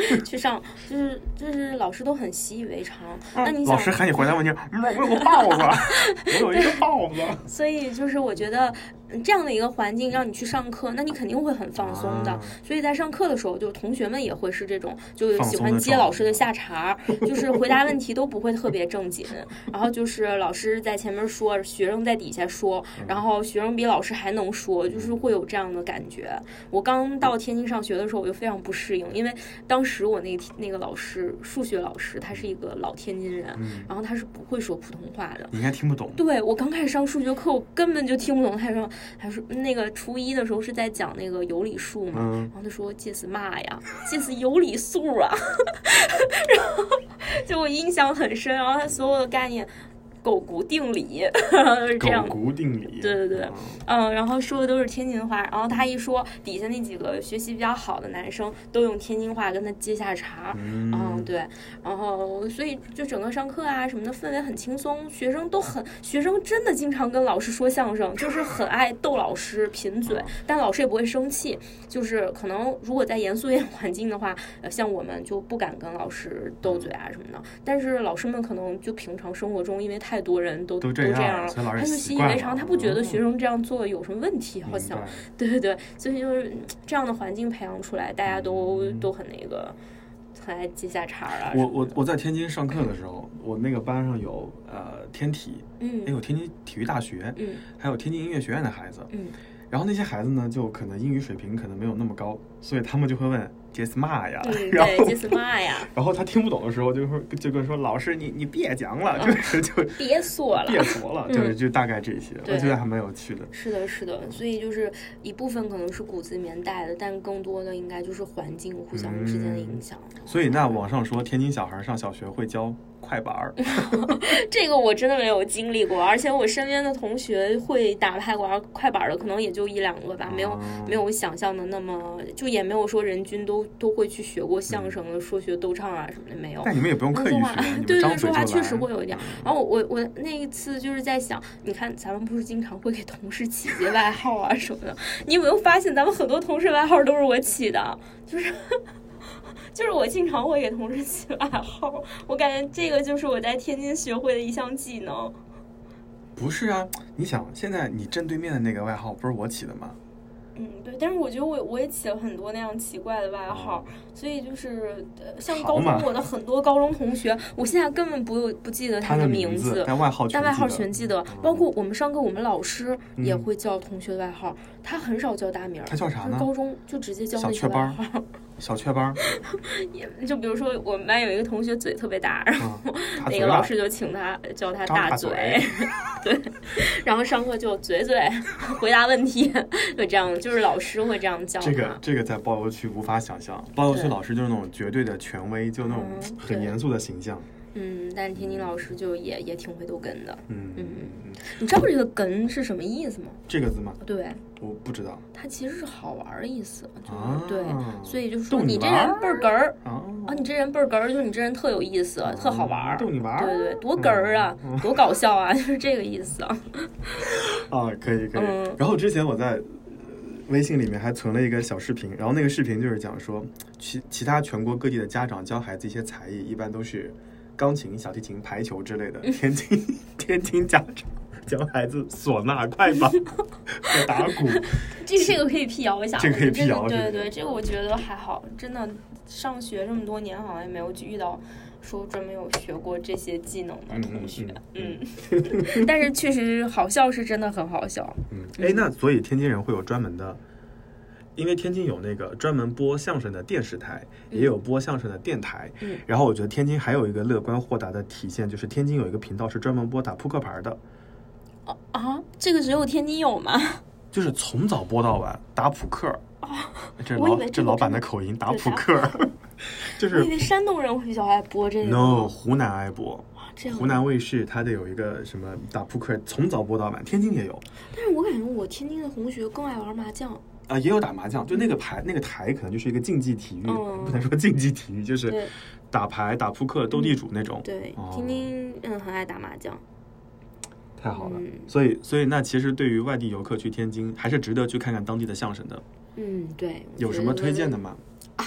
[SPEAKER 2] 去上，就是老师都很习以为常。那你想，
[SPEAKER 3] 老师喊你回答问题，我有个豹子，我有一个豹子。
[SPEAKER 2] 所以就是我觉得这样的一个环境让你去上课，那你肯定会很放松的。所以在上课的时候，就同学们也会是这种，就喜欢接老师的下茬，就是回答问题都不会特别正经。然后就是老师在前面说，学生在底下说，然后学生比老师还能说，就是会有这样的感觉。我刚到天津上学的时候，我就非常不适应，因为当时我那个老师，数学老师，他是一个老天津人，然后他是不会说普通话的，
[SPEAKER 3] 你应该听不懂。
[SPEAKER 2] 对，我刚开始上数学课，我根本就听不懂。他说那个初一的时候是在讲那个有理数嘛，然后他说这是嘛呀，这是有理数啊，然后就我印象很深，然后他所有的概念。狗骨定理，这样。
[SPEAKER 3] 狗骨定理，
[SPEAKER 2] 对对对，然后说的都是天津话，然后他一说，底下那几个学习比较好的男生都用天津话跟他接下茬，对，然后所以就整个上课啊什么的氛围很轻松，学生真的经常跟老师说相声，就是很爱逗老师贫嘴，但老师也不会生气，就是可能如果在严肃一点环境的话，像我们就不敢跟老师斗嘴啊什么的，但是老师们可能就平常生活中因为太多人都这样了，他就习以为常，他不觉得学生这样做有什么问题，好像，对对对，所以就是这样的环境培养出来，大家都很那个，很爱接下茬啊。
[SPEAKER 3] 我在天津上课的时候，我那个班上有天体，有天津体育大学，还有天津音乐学院的孩子，然后那些孩子呢，就可能英语水平可能没有那么高，所以他们就会问这是嘛呀？
[SPEAKER 2] 对，这是嘛呀？
[SPEAKER 3] 然后他听不懂的时候，就跟说老师你别讲了，就
[SPEAKER 2] 别说了，
[SPEAKER 3] 就大概这些，我觉得还蛮有趣的。
[SPEAKER 2] 是的，所以就是一部分可能是骨子里面带的，但更多的应该就是环境互相之间的影响。
[SPEAKER 3] 所以那网上说天津小孩上小学会教快板儿，
[SPEAKER 2] 这个我真的没有经历过，而且我身边的同学会打快板的可能也就1-2个吧，没有想象的那么，就也没有说人均都会去学过相声的、说学逗唱啊什么的，没有。
[SPEAKER 3] 但你们也不用刻意学，
[SPEAKER 2] 对，说话确实会有一点。然后我那一次就是在想，你看咱们不是经常会给同事起些外号啊什么的，你有没有发现咱们很多同事外号都是我起的，就是我经常会给同事起外号，我感觉这个就是我在天津学会的一项技能。
[SPEAKER 3] 不是啊，你想现在你正对面的那个外号不是我起的吗？
[SPEAKER 2] 对，但是我觉得我也起了很多那样奇怪的外号，所以就是像高中我的很多高中同学，我现在根本不记得
[SPEAKER 3] 他
[SPEAKER 2] 的名字，
[SPEAKER 3] 但外号
[SPEAKER 2] 全记得，包括我们上课我们老师也会叫同学的外号，他很少叫大名，
[SPEAKER 3] 他叫啥呢？
[SPEAKER 2] 高中就直接叫那些外号。
[SPEAKER 3] 小雀斑，
[SPEAKER 2] 就比如说我们班有一个同学嘴特别大，然后那个老师就叫他大嘴，对，然后上课就嘴回答问题，就这样，就是老师会这样叫他。
[SPEAKER 3] 这个在包邮区无法想象，包邮区老师就是那种绝对的权威，就那种很严肃的形象。
[SPEAKER 2] 但是天津老师就也挺会逗哏的。你知道这个哏是什么意思吗？
[SPEAKER 3] 这个字吗？
[SPEAKER 2] 对，
[SPEAKER 3] 我不知道。
[SPEAKER 2] 它其实是好玩的意思，对，所以就说你这人倍儿哏儿你这人倍儿哏儿，就是你这人特有意思，特好玩，
[SPEAKER 3] 逗你玩，
[SPEAKER 2] 对，多哏儿啊，多搞笑啊，就是这个意思
[SPEAKER 3] 可以。然后之前我在微信里面还存了一个小视频，然后那个视频就是讲说其他全国各地的家长教孩子一些才艺，一般都是钢琴、小提琴、排球之类的。天津家长教孩子唢呐、快板和打鼓。
[SPEAKER 2] 这个可以辟谣一下，
[SPEAKER 3] 这个可以辟谣。
[SPEAKER 2] 对，这个我觉得还好，真的上学这么多年，好像也没有遇到说专门有学过这些技能的同学。但是确实好笑，是真的很好笑。
[SPEAKER 3] 那所以天津人会有专门的。因为天津有那个专门播相声的电视台，也有播相声的电台。然后我觉得天津还有一个乐观豁达的体现，就是天津有一个频道是专门播打扑克牌的。
[SPEAKER 2] 这个只有天津有吗？
[SPEAKER 3] 就是从早播到晚打扑克。这老板的口音，打扑克。就是
[SPEAKER 2] 我以为山东人会比较爱播这个。
[SPEAKER 3] No， 湖南爱播。湖南卫视它得有一个什么打扑克，从早播到晚，天津也有。
[SPEAKER 2] 但是我感觉我天津的同学更爱玩麻将。
[SPEAKER 3] 也有打麻将，就那个台可能就是一个竞技体育，不能说竞技体育，就是打牌、打扑克、斗地主那种。
[SPEAKER 2] 对，天津人很爱打麻将。
[SPEAKER 3] 太好了，所以那其实对于外地游客去天津，还是值得去看看当地的相声的。
[SPEAKER 2] 对。
[SPEAKER 3] 有什么推荐的吗？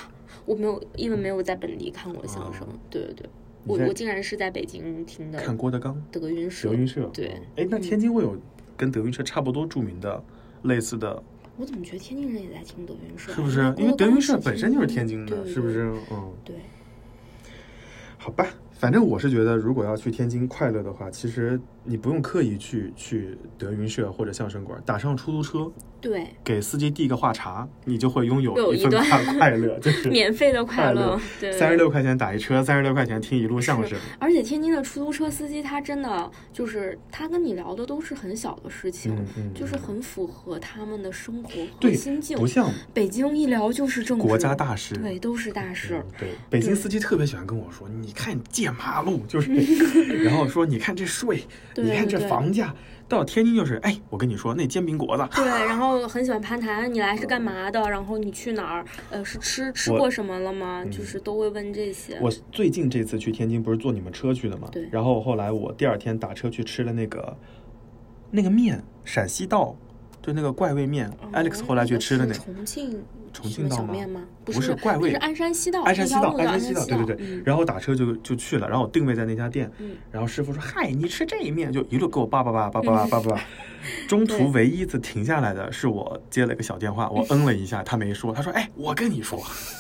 [SPEAKER 2] 我没有在本地看过相声，对，我竟然是在北京听的。
[SPEAKER 3] 看郭德纲、
[SPEAKER 2] 德云社。对。
[SPEAKER 3] 那天津会有跟德云社差不多著名的类似的？
[SPEAKER 2] 我怎么觉得天津人也在听德云社？
[SPEAKER 3] 是不是？因为德云社本身就是天津的，是不是？
[SPEAKER 2] 对。
[SPEAKER 3] 好吧，反正我是觉得，如果要去天津快乐的话，其实你不用刻意去德云社或者相声馆，打上出租车，
[SPEAKER 2] 对，
[SPEAKER 3] 给司机递个话茬，你就会拥有一份快乐，就是
[SPEAKER 2] 免费的快乐。对
[SPEAKER 3] ，36块钱打一车，36块钱听一路相声。
[SPEAKER 2] 而且天津的出租车司机他真的就是他跟你聊的都是很小的事情，就是很符合他们的生活和心境，
[SPEAKER 3] 不像
[SPEAKER 2] 北京一聊就是政治、
[SPEAKER 3] 国家大事，
[SPEAKER 2] 对，都是大事。
[SPEAKER 3] 对，北京司机特别喜欢跟我说，你看建马路就是，然后说你看这税，你看这房价。到天津就是，我跟你说那煎饼果子，
[SPEAKER 2] 对，然后很喜欢攀谈，你来是干嘛的？然后你去哪儿？是吃过什么了吗？就是都会问这些。
[SPEAKER 3] 我最近这次去天津不是坐你们车去的吗？
[SPEAKER 2] 对。
[SPEAKER 3] 然后后来我第二天打车去吃了那个面，陕西道，就那个怪味面。Alex 后来去吃的那重庆道
[SPEAKER 2] 吗？
[SPEAKER 3] 不是怪味，
[SPEAKER 2] 是鞍山西道。
[SPEAKER 3] 鞍山西道，对。然后我打车就去了，然后我定位在那家店，然后师傅说：“嗨，你吃这一面。”就一路给我叭。中途唯一一次停下来的是我接了一个小电话，我了一下，他没说，他说：“我跟你说。”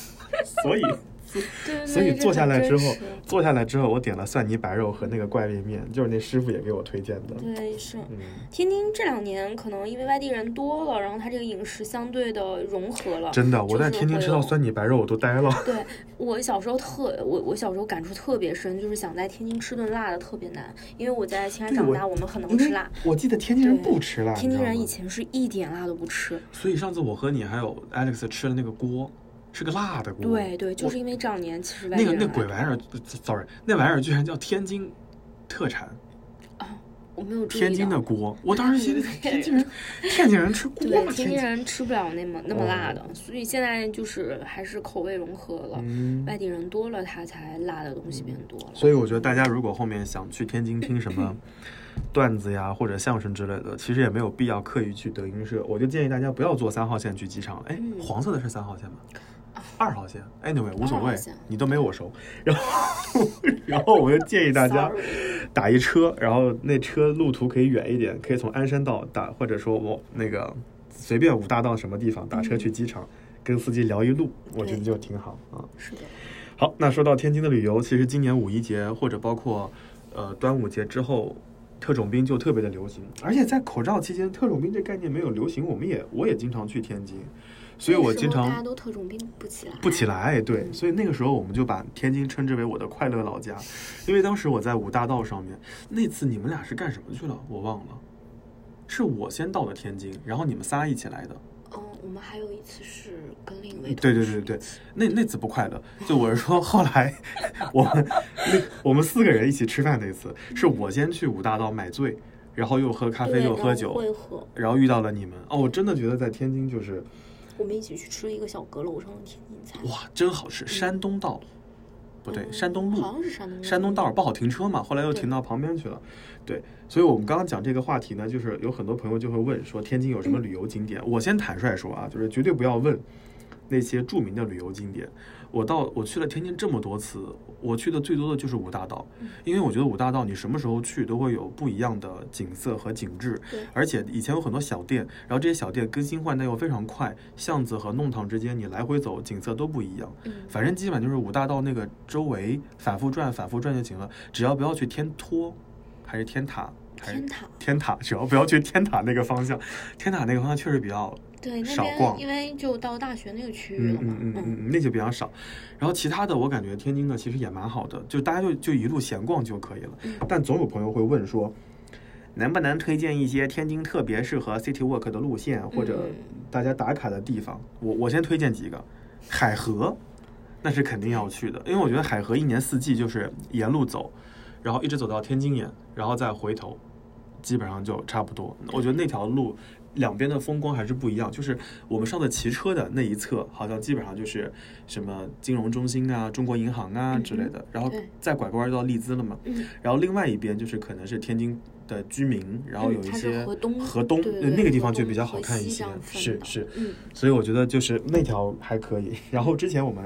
[SPEAKER 3] 所以坐下来之后，我点了蒜泥白肉和那个怪味面，就是那师傅也给我推荐的。
[SPEAKER 2] 对，是。天津这2年可能因为外地人多了，然后它这个饮食相对的融合了。
[SPEAKER 3] 真的，我在天津吃到蒜泥白肉我都呆了。
[SPEAKER 2] 对，我小时候感触特别深，就是想在天津吃顿辣的特别难，因为我在青海长大，我们很能吃辣。
[SPEAKER 3] 我记得天津人不吃辣，
[SPEAKER 2] 天津人以前是一点辣都不吃。
[SPEAKER 3] 所以上次我和你还有 Alex 吃了那个锅。是个辣的锅，
[SPEAKER 2] 对，就是因为这2年其实
[SPEAKER 3] 那鬼玩意儿 ，sorry， 那玩意儿居然叫天津特产
[SPEAKER 2] 啊！我没有注意到
[SPEAKER 3] 天津的锅，我当时觉得天津人吃锅，
[SPEAKER 2] 对，天津人吃不了那么辣的，所以现在就是还是口味融合了，外地人多了，他才辣的东西变多了。
[SPEAKER 3] 所以我觉得大家如果后面想去天津听什么段子呀或者相声之类的，其实也没有必要刻意去德云社，我就建议大家不要坐3号线去机场。黄色的是3号线吗？2号线 ，anyway 无所谓，你都没我熟。然后我就建议大家打一车，然后那车路途可以远一点，可以从鞍山道打，或者说我那个随便5大道什么地方打车去机场，跟司机聊一路，我觉得就挺好啊。
[SPEAKER 2] 是的。
[SPEAKER 3] 好，那说到天津的旅游，其实今年5一节或者包括端午节之后，特种兵就特别的流行，而且在口罩期间，特种兵这概念没有流行，我也经常去天津。所以我经常
[SPEAKER 2] 大家都特种兵不起
[SPEAKER 3] 来，对，所以那个时候我们就把天津称之为我的快乐老家，因为当时我在5大道上面，那次你们俩是干什么去了？我忘了，是我先到的天津，然后你们仨一起来的。
[SPEAKER 2] 我们还有一次是跟另一位
[SPEAKER 3] 对，那次不快乐，就我是说后来我们4个人一起吃饭那次，是我先去5大道买醉，然后又喝咖啡又喝酒，然后遇到了你们。我真的觉得在天津就是
[SPEAKER 2] 我们一起去吃了一个小阁楼上的天津菜，
[SPEAKER 3] 哇，真好吃！山东道，不对，山东路，
[SPEAKER 2] 好像是
[SPEAKER 3] 山东道不好停车嘛，后来又停到旁边去了。对，所以我们刚刚讲这个话题呢，就是有很多朋友就会问说天津有什么旅游景点。我先坦率说啊，就是绝对不要问那些著名的旅游景点。我去了天津这么多次，我去的最多的就是5大道，因为我觉得5大道你什么时候去都会有不一样的景色和景致，而且以前有很多小店，然后这些小店更新换代又非常快，巷子和弄堂之间你来回走景色都不一样，反正基本就是5大道那个周围反复转就行了，只要不要去天托还是天塔，天塔，只要不要去天塔那个方向，天塔那个方向确实比较少逛，
[SPEAKER 2] 因为就到大学那个区域了嘛，
[SPEAKER 3] 那就比较少。然后其他的我感觉天津的其实也蛮好的，就大家就一路闲逛就可以了。但总有朋友会问说，能不能推荐一些天津特别适合 City Walk 的路线，或者大家打卡的地方？我先推荐几个，海河，那是肯定要去的，因为我觉得海河一年4季就是沿路走，然后一直走到天津眼，然后再回头，基本上就差不多。我觉得那条路两边的风光还是不一样，就是我们上次骑车的那一侧好像基本上就是什么金融中心啊、中国银行啊之类的，然后再拐个弯就到利兹了嘛，然后另外一边就是可能是天津的居民，然后有一些河东那个地方就比较好看一些，是，所以我觉得就是那条还可以。然后之前我们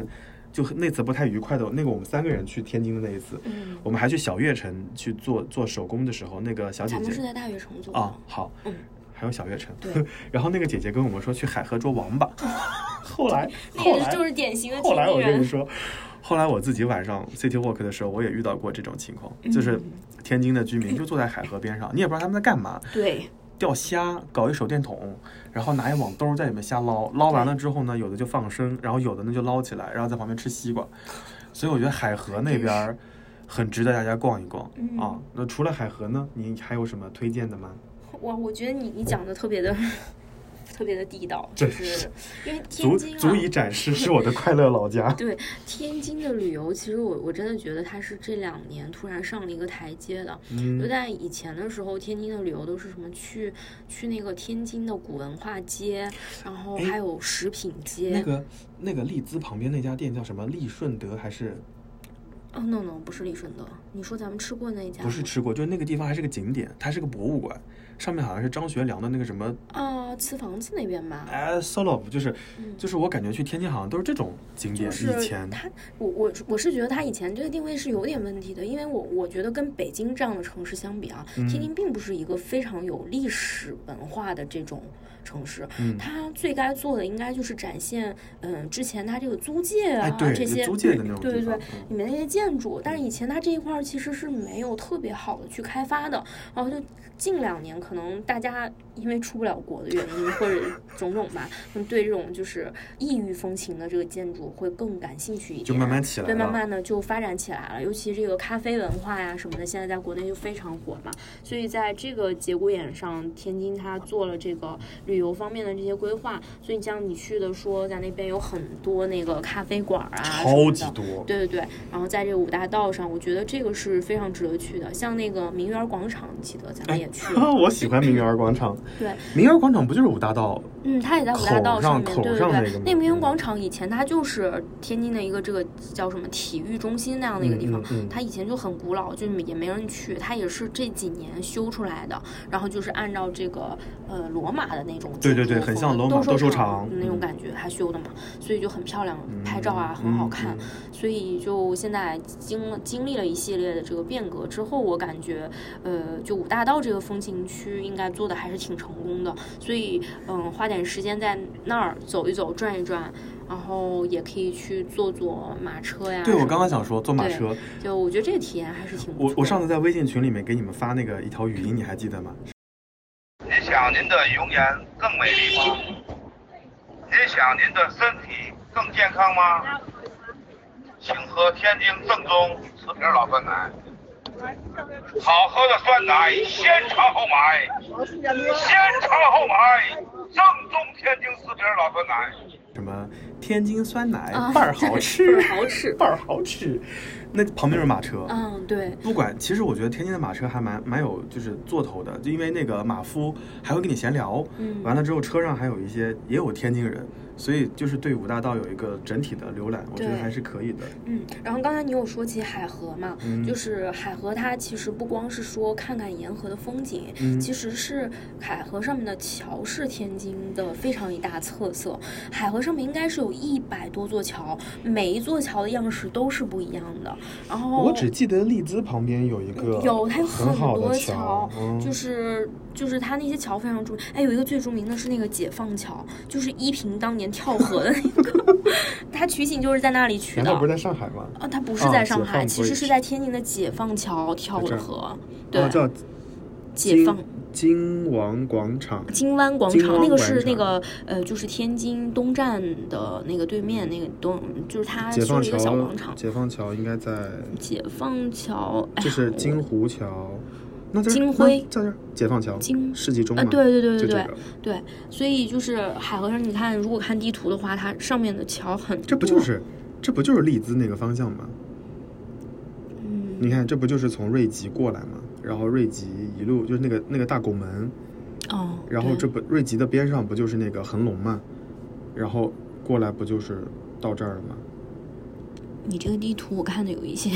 [SPEAKER 3] 就那次不太愉快的那个，我们3个人去天津的那一次，我们还去小悦城去做手工的时候，那个小姐姐，咱
[SPEAKER 2] 们是在大悦城做
[SPEAKER 3] 啊，好，还有小悦城，
[SPEAKER 2] 对，
[SPEAKER 3] 然后那个姐姐跟我们说去海河捉王八，后来
[SPEAKER 2] 那个就是典型的天津人。
[SPEAKER 3] 后来我跟你说，后来我自己晚上 City Walk 的时候，我也遇到过这种情况，就是天津的居民就坐在海河边上，你也不知道他们在干嘛，
[SPEAKER 2] 对。
[SPEAKER 3] 钓虾，搞一手电筒，然后拿一网兜在里面瞎捞，捞完了之后呢，有的就放生，然后有的呢就捞起来，然后在旁边吃西瓜。所以我觉得海河那边很值得大家逛一逛啊。那除了海河呢，你还有什么推荐的吗？
[SPEAKER 2] 我觉得你讲的特别的地道，就是因为天津
[SPEAKER 3] 足以展示是我的快乐老家。
[SPEAKER 2] 对，天津的旅游，其实我真的觉得它是这2年突然上了一个台阶的。就在以前的时候，天津的旅游都是什么去那个天津的古文化街，然后还有食品街。
[SPEAKER 3] 那个利兹旁边那家店叫什么？利顺德还是？
[SPEAKER 2] 哦 no 不是利顺德，你说咱们吃过那一家？
[SPEAKER 3] 不是吃过，就是那个地方还是个景点，它是个博物馆。上面好像是张学良的那个什么
[SPEAKER 2] 瓷房子那边吧
[SPEAKER 3] ？Solov 就是我感觉去天津好像都是这种景点。以前
[SPEAKER 2] 我是觉得他以前这个定位是有点问题的，因为我觉得跟北京这样的城市相比啊，天津并不是一个非常有历史文化的这种城市，它最该做的应该就是展现之前它这个租界啊，这些
[SPEAKER 3] 租界的那种
[SPEAKER 2] 对里面那些建筑，但是以前它这一块其实是没有特别好的去开发的，然后就近2年可能大家因为出不了国的原因或者种种吧，对这种就是异域风情的这个建筑会更感兴趣一点，
[SPEAKER 3] 就慢慢起来了，
[SPEAKER 2] 对，慢慢的就发展起来了。尤其这个咖啡文化呀什么的，现在在国内就非常火嘛，所以在这个节骨眼上，天津它做了这个旅游方面的这些规划，所以像你去的说在那边有很多那个咖啡馆啊，
[SPEAKER 3] 超级多，
[SPEAKER 2] 对，然后在这个5大道上，我觉得这个是非常值得去的。像那个名园广场，记得咱们也去了，
[SPEAKER 3] 我喜欢名园广场。
[SPEAKER 2] 对，
[SPEAKER 3] 名园广场不就是5大道？
[SPEAKER 2] 它也在5大道上面，对。那名园广
[SPEAKER 3] 场
[SPEAKER 2] 以前它就是天津的一个这个叫什么体育中心那样的一个地方，它以前就很古老，就也没人去，它也是这几年修出来的，然后就是按照这个罗马的那种
[SPEAKER 3] 对，很像罗马斗兽场
[SPEAKER 2] 那种感觉它修的嘛，所以就很漂亮，拍照啊很好看，所以就现在经历了一系列的这个变革之后，我感觉就5大道这个风景区应该做的还是挺成功的，所以花点时间在那儿走一走转一转，然后也可以去坐马车呀。
[SPEAKER 3] 对，我刚刚想说坐马车，
[SPEAKER 2] 就我觉得这个体验还是挺不错的。
[SPEAKER 3] 我上次在微信群里面给你们发那个一条语音，你还记得吗？
[SPEAKER 4] 你想您的容颜更美丽吗？你想您的身体更健康吗？请喝天津正宗瓷瓶老酸奶，好喝的酸奶先尝后买，先尝后买，正宗天津瓷瓶老酸奶。
[SPEAKER 3] 什么天津酸奶倍儿好吃，倍儿好吃。那旁边是马车，
[SPEAKER 2] 对。
[SPEAKER 3] 不管，其实我觉得天津的马车还蛮有就是座头的，就因为那个马夫还会跟你闲聊，完了之后车上还有一些也有天津人，所以就是对5大道有一个整体的浏览，我觉得还是可以的。
[SPEAKER 2] 然后刚才你有说起海河嘛，就是海河它其实不光是说看看沿河的风景，其实是海河上面的桥是天津的非常一大特色。海河上面应该是有100多座桥，每一座桥的样式都是不一样的。然后
[SPEAKER 3] 我只记得利兹旁边有一个，
[SPEAKER 2] 它有很多
[SPEAKER 3] 桥，
[SPEAKER 2] 就是它那些桥非常著名。有一个最著名的是那个解放桥，就是依萍当年跳河的那个，它取景就是在那里取的。
[SPEAKER 3] 难道不是在上海吗？
[SPEAKER 2] 它不是在上海，其实是在天津的解放桥跳的河。对，
[SPEAKER 3] 叫
[SPEAKER 2] 解放。
[SPEAKER 3] 金湾广场，
[SPEAKER 2] 那个是那个就是天津东站的那个对面那个就是它修了一个小广场。
[SPEAKER 3] 解放桥应该在
[SPEAKER 2] 解放桥，
[SPEAKER 3] 就是金湖桥。那
[SPEAKER 2] 金辉
[SPEAKER 3] 在这儿，解放桥，世纪钟嘛。
[SPEAKER 2] 对，所以就是海河上，你看，如果看地图的话，它上面的桥很多。
[SPEAKER 3] 这不就是利兹那个方向吗？你看，这不就是从瑞吉过来吗？然后瑞吉一路就是那个大拱门，然后这不瑞吉的边上不就是那个恒隆吗？然后过来不就是到这儿了吗？
[SPEAKER 2] 你这个地图我看的有一些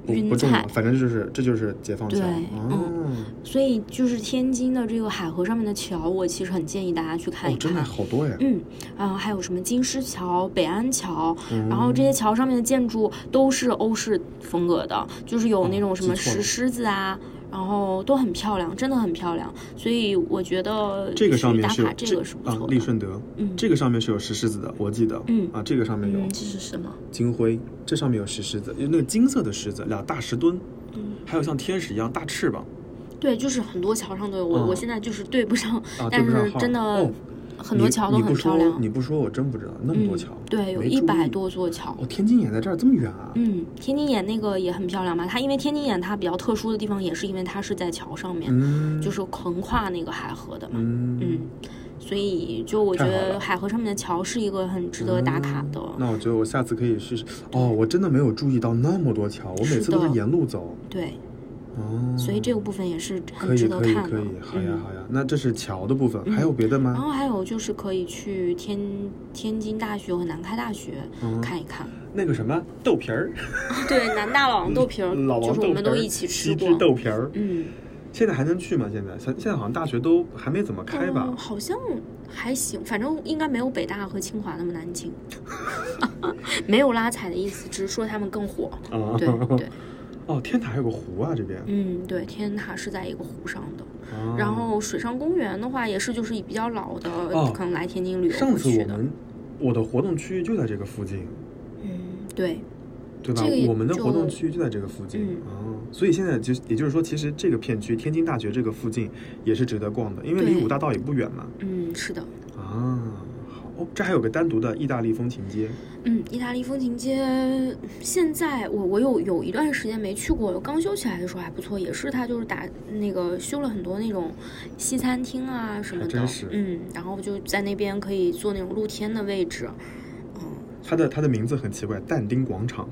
[SPEAKER 2] 云彩，
[SPEAKER 3] 反正这就是解放桥。
[SPEAKER 2] 对，所以就是天津的这个海河上面的桥，我其实很建议大家去看一看。
[SPEAKER 3] 真的好多呀。
[SPEAKER 2] 还有什么金狮桥、北安桥，然后这些桥上面的建筑都是欧式风格的，就是有那种什么石狮子啊。然后都很漂亮，真的很漂亮，所以我觉得
[SPEAKER 3] 这个上面是
[SPEAKER 2] 这个是不错的。
[SPEAKER 3] 利顺德，这个上面是有石狮子的，我记得，这个上面有。
[SPEAKER 2] 这是什么？
[SPEAKER 3] 金辉，这上面有石狮子，有那个金色的狮子，俩大石墩，还有像天使一样大翅膀。
[SPEAKER 2] 对，就是很多桥上都有，我现在就是对不上，但是真的。很多桥都很漂亮。
[SPEAKER 3] 你不说我真不知道那么多桥。
[SPEAKER 2] 对，有100多座桥。
[SPEAKER 3] 天津眼在这儿这么远啊？
[SPEAKER 2] 天津眼那个也很漂亮嘛。它因为天津眼它比较特殊的地方，也是因为它是在桥上面，就是横跨那个海河的嘛。所以就我觉得海河上面的桥是一个很值得打卡的。
[SPEAKER 3] 那我觉得我下次可以试试。我真的没有注意到那么多桥，我每次都是沿路走。
[SPEAKER 2] 对。所以这个部分也是很值得看的。
[SPEAKER 3] 可以，好呀。那这是桥的部分，还有别的吗？
[SPEAKER 2] 然后还有就是可以去天津大学和南开大学看一看。
[SPEAKER 3] 那个什么豆皮儿，
[SPEAKER 2] 对，南大老王豆皮儿，就是我们都一起吃过。
[SPEAKER 3] 豆皮儿，现在还能去吗？现在好像大学都还没怎么开吧？
[SPEAKER 2] 好像还行，反正应该没有北大和清华那么难进。没有拉踩的意思，只是说他们更火。对。
[SPEAKER 3] 天塔还有个湖啊，这边。
[SPEAKER 2] 对，天塔是在一个湖上的。然后水上公园的话，也是就是比较老的，可能来天津旅游
[SPEAKER 3] 上次我的活动区域就在这个附近。
[SPEAKER 2] 对
[SPEAKER 3] 吧？我们的活动区域就在这个附近。所以现在也就是说，其实这个片区天津大学这个附近也是值得逛的，因为离五大道也不远嘛。
[SPEAKER 2] 是的。
[SPEAKER 3] 这还有个单独的意大利风情街。
[SPEAKER 2] 意大利风情街现在我有一段时间没去过，刚修起来的时候还不错，也是它就是修了很多那种西餐厅啊什么的。
[SPEAKER 3] 真是。
[SPEAKER 2] 然后就在那边可以坐那种露天的位置。
[SPEAKER 3] 它的名字很奇怪，但丁广场。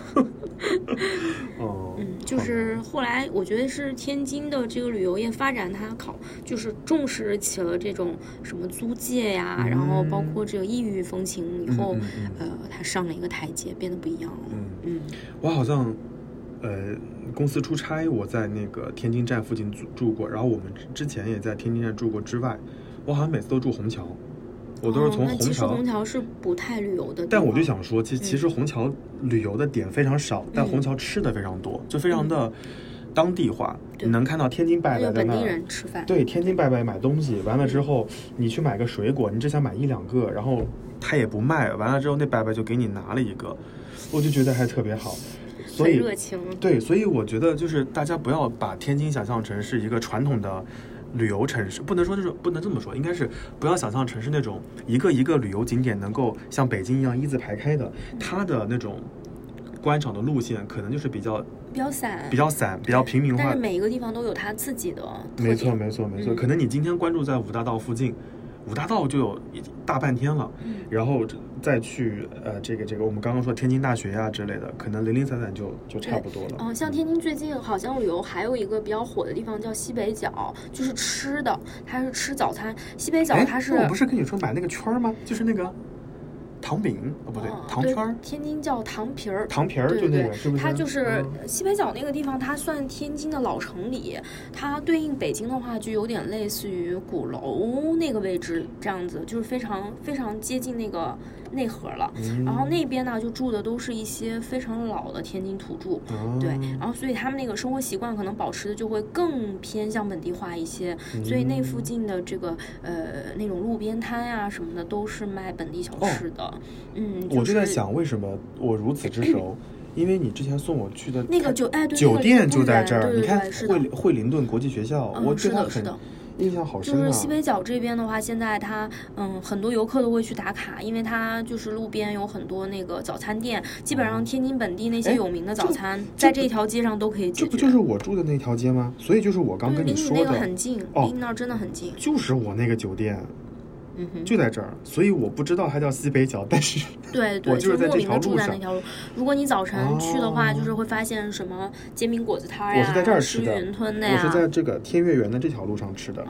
[SPEAKER 2] 就是后来我觉得是天津的这个旅游业发展，它就是重视起了这种什么租界呀，然后包括这个异域风情以后，它上了一个台阶，变得不一样了。
[SPEAKER 3] 我好像公司出差，我在那个天津站附近住过，然后我们之前也在天津站住过之外，我好像每次都住虹桥。我都是从虹桥。
[SPEAKER 2] 其实虹桥是不太旅游的地方。
[SPEAKER 3] 但我就想说，其实虹桥旅游的点非常少，但虹桥吃的非常多，就非常的当地化。你能看到天津伯伯在那，
[SPEAKER 2] 本地人吃饭。
[SPEAKER 3] 对，天津伯伯买东西，完了之后你去买个水果，你只想买1-2个，然后他也不卖，完了之后那伯伯就给你拿了一个，我就觉得还特别好。所以
[SPEAKER 2] 很热情。
[SPEAKER 3] 对，所以我觉得就是大家不要把天津想象成是一个传统的旅游城市，不能这么说，应该是不要想象成是那种一个一个旅游景点能够像北京一样一字排开的，它的那种观赏的路线可能就是比较散，比较平民化，
[SPEAKER 2] 但是每一个地方都有它自己的特点。
[SPEAKER 3] 没错。可能你今天关注在五大道附近，五大道就有大半天了，然后再去这个我们刚刚说天津大学呀之类的，可能零零散散就差不多了。
[SPEAKER 2] 像天津最近好像旅游还有一个比较火的地方叫西北角，就是吃的，它是吃早餐。西北角它是，
[SPEAKER 3] 我不是跟你说买那个圈吗？就是那个糖饼不对，糖圈。
[SPEAKER 2] 天津叫糖皮儿，
[SPEAKER 3] 就那个，是不是？
[SPEAKER 2] 它就是西北角那个地方，它算天津的老城里，它对应北京的话，就有点类似于鼓楼那个位置这样子，就是非常非常接近那个内核了。然后那边呢，就住的都是一些非常老的天津土著，对，然后所以他们那个生活习惯可能保持的就会更偏向本地化一些，所以那附近的这个那种路边摊啊什么的都是卖本地小吃的。
[SPEAKER 3] 我就在想为什么我如此之熟，因为你之前送我去的
[SPEAKER 2] 那个酒
[SPEAKER 3] 店就在这儿，
[SPEAKER 2] 对
[SPEAKER 3] 你看惠灵顿国际学校，我对它很印象好深
[SPEAKER 2] 就是西北角这边的话，现在它很多游客都会去打卡，因为它就是路边有很多那个早餐店，基本上天津本地那些有名的早餐，在这条街上都可以解决。
[SPEAKER 3] 这不就是我住的那条街吗？所以就是我刚跟你说的，
[SPEAKER 2] 离你那个很近，离你那儿真的很近。
[SPEAKER 3] 就是我那个酒店。就在这儿，所以我不知道它叫西北角，但是
[SPEAKER 2] 对，
[SPEAKER 3] 我就是在这条路上。
[SPEAKER 2] 住在那条路。如果你早晨去的话，就是会发现什么煎饼果子摊呀，
[SPEAKER 3] 我是在这儿吃的，
[SPEAKER 2] 吃云吞的呀。
[SPEAKER 3] 我是在这个天悦园的这条路上吃的。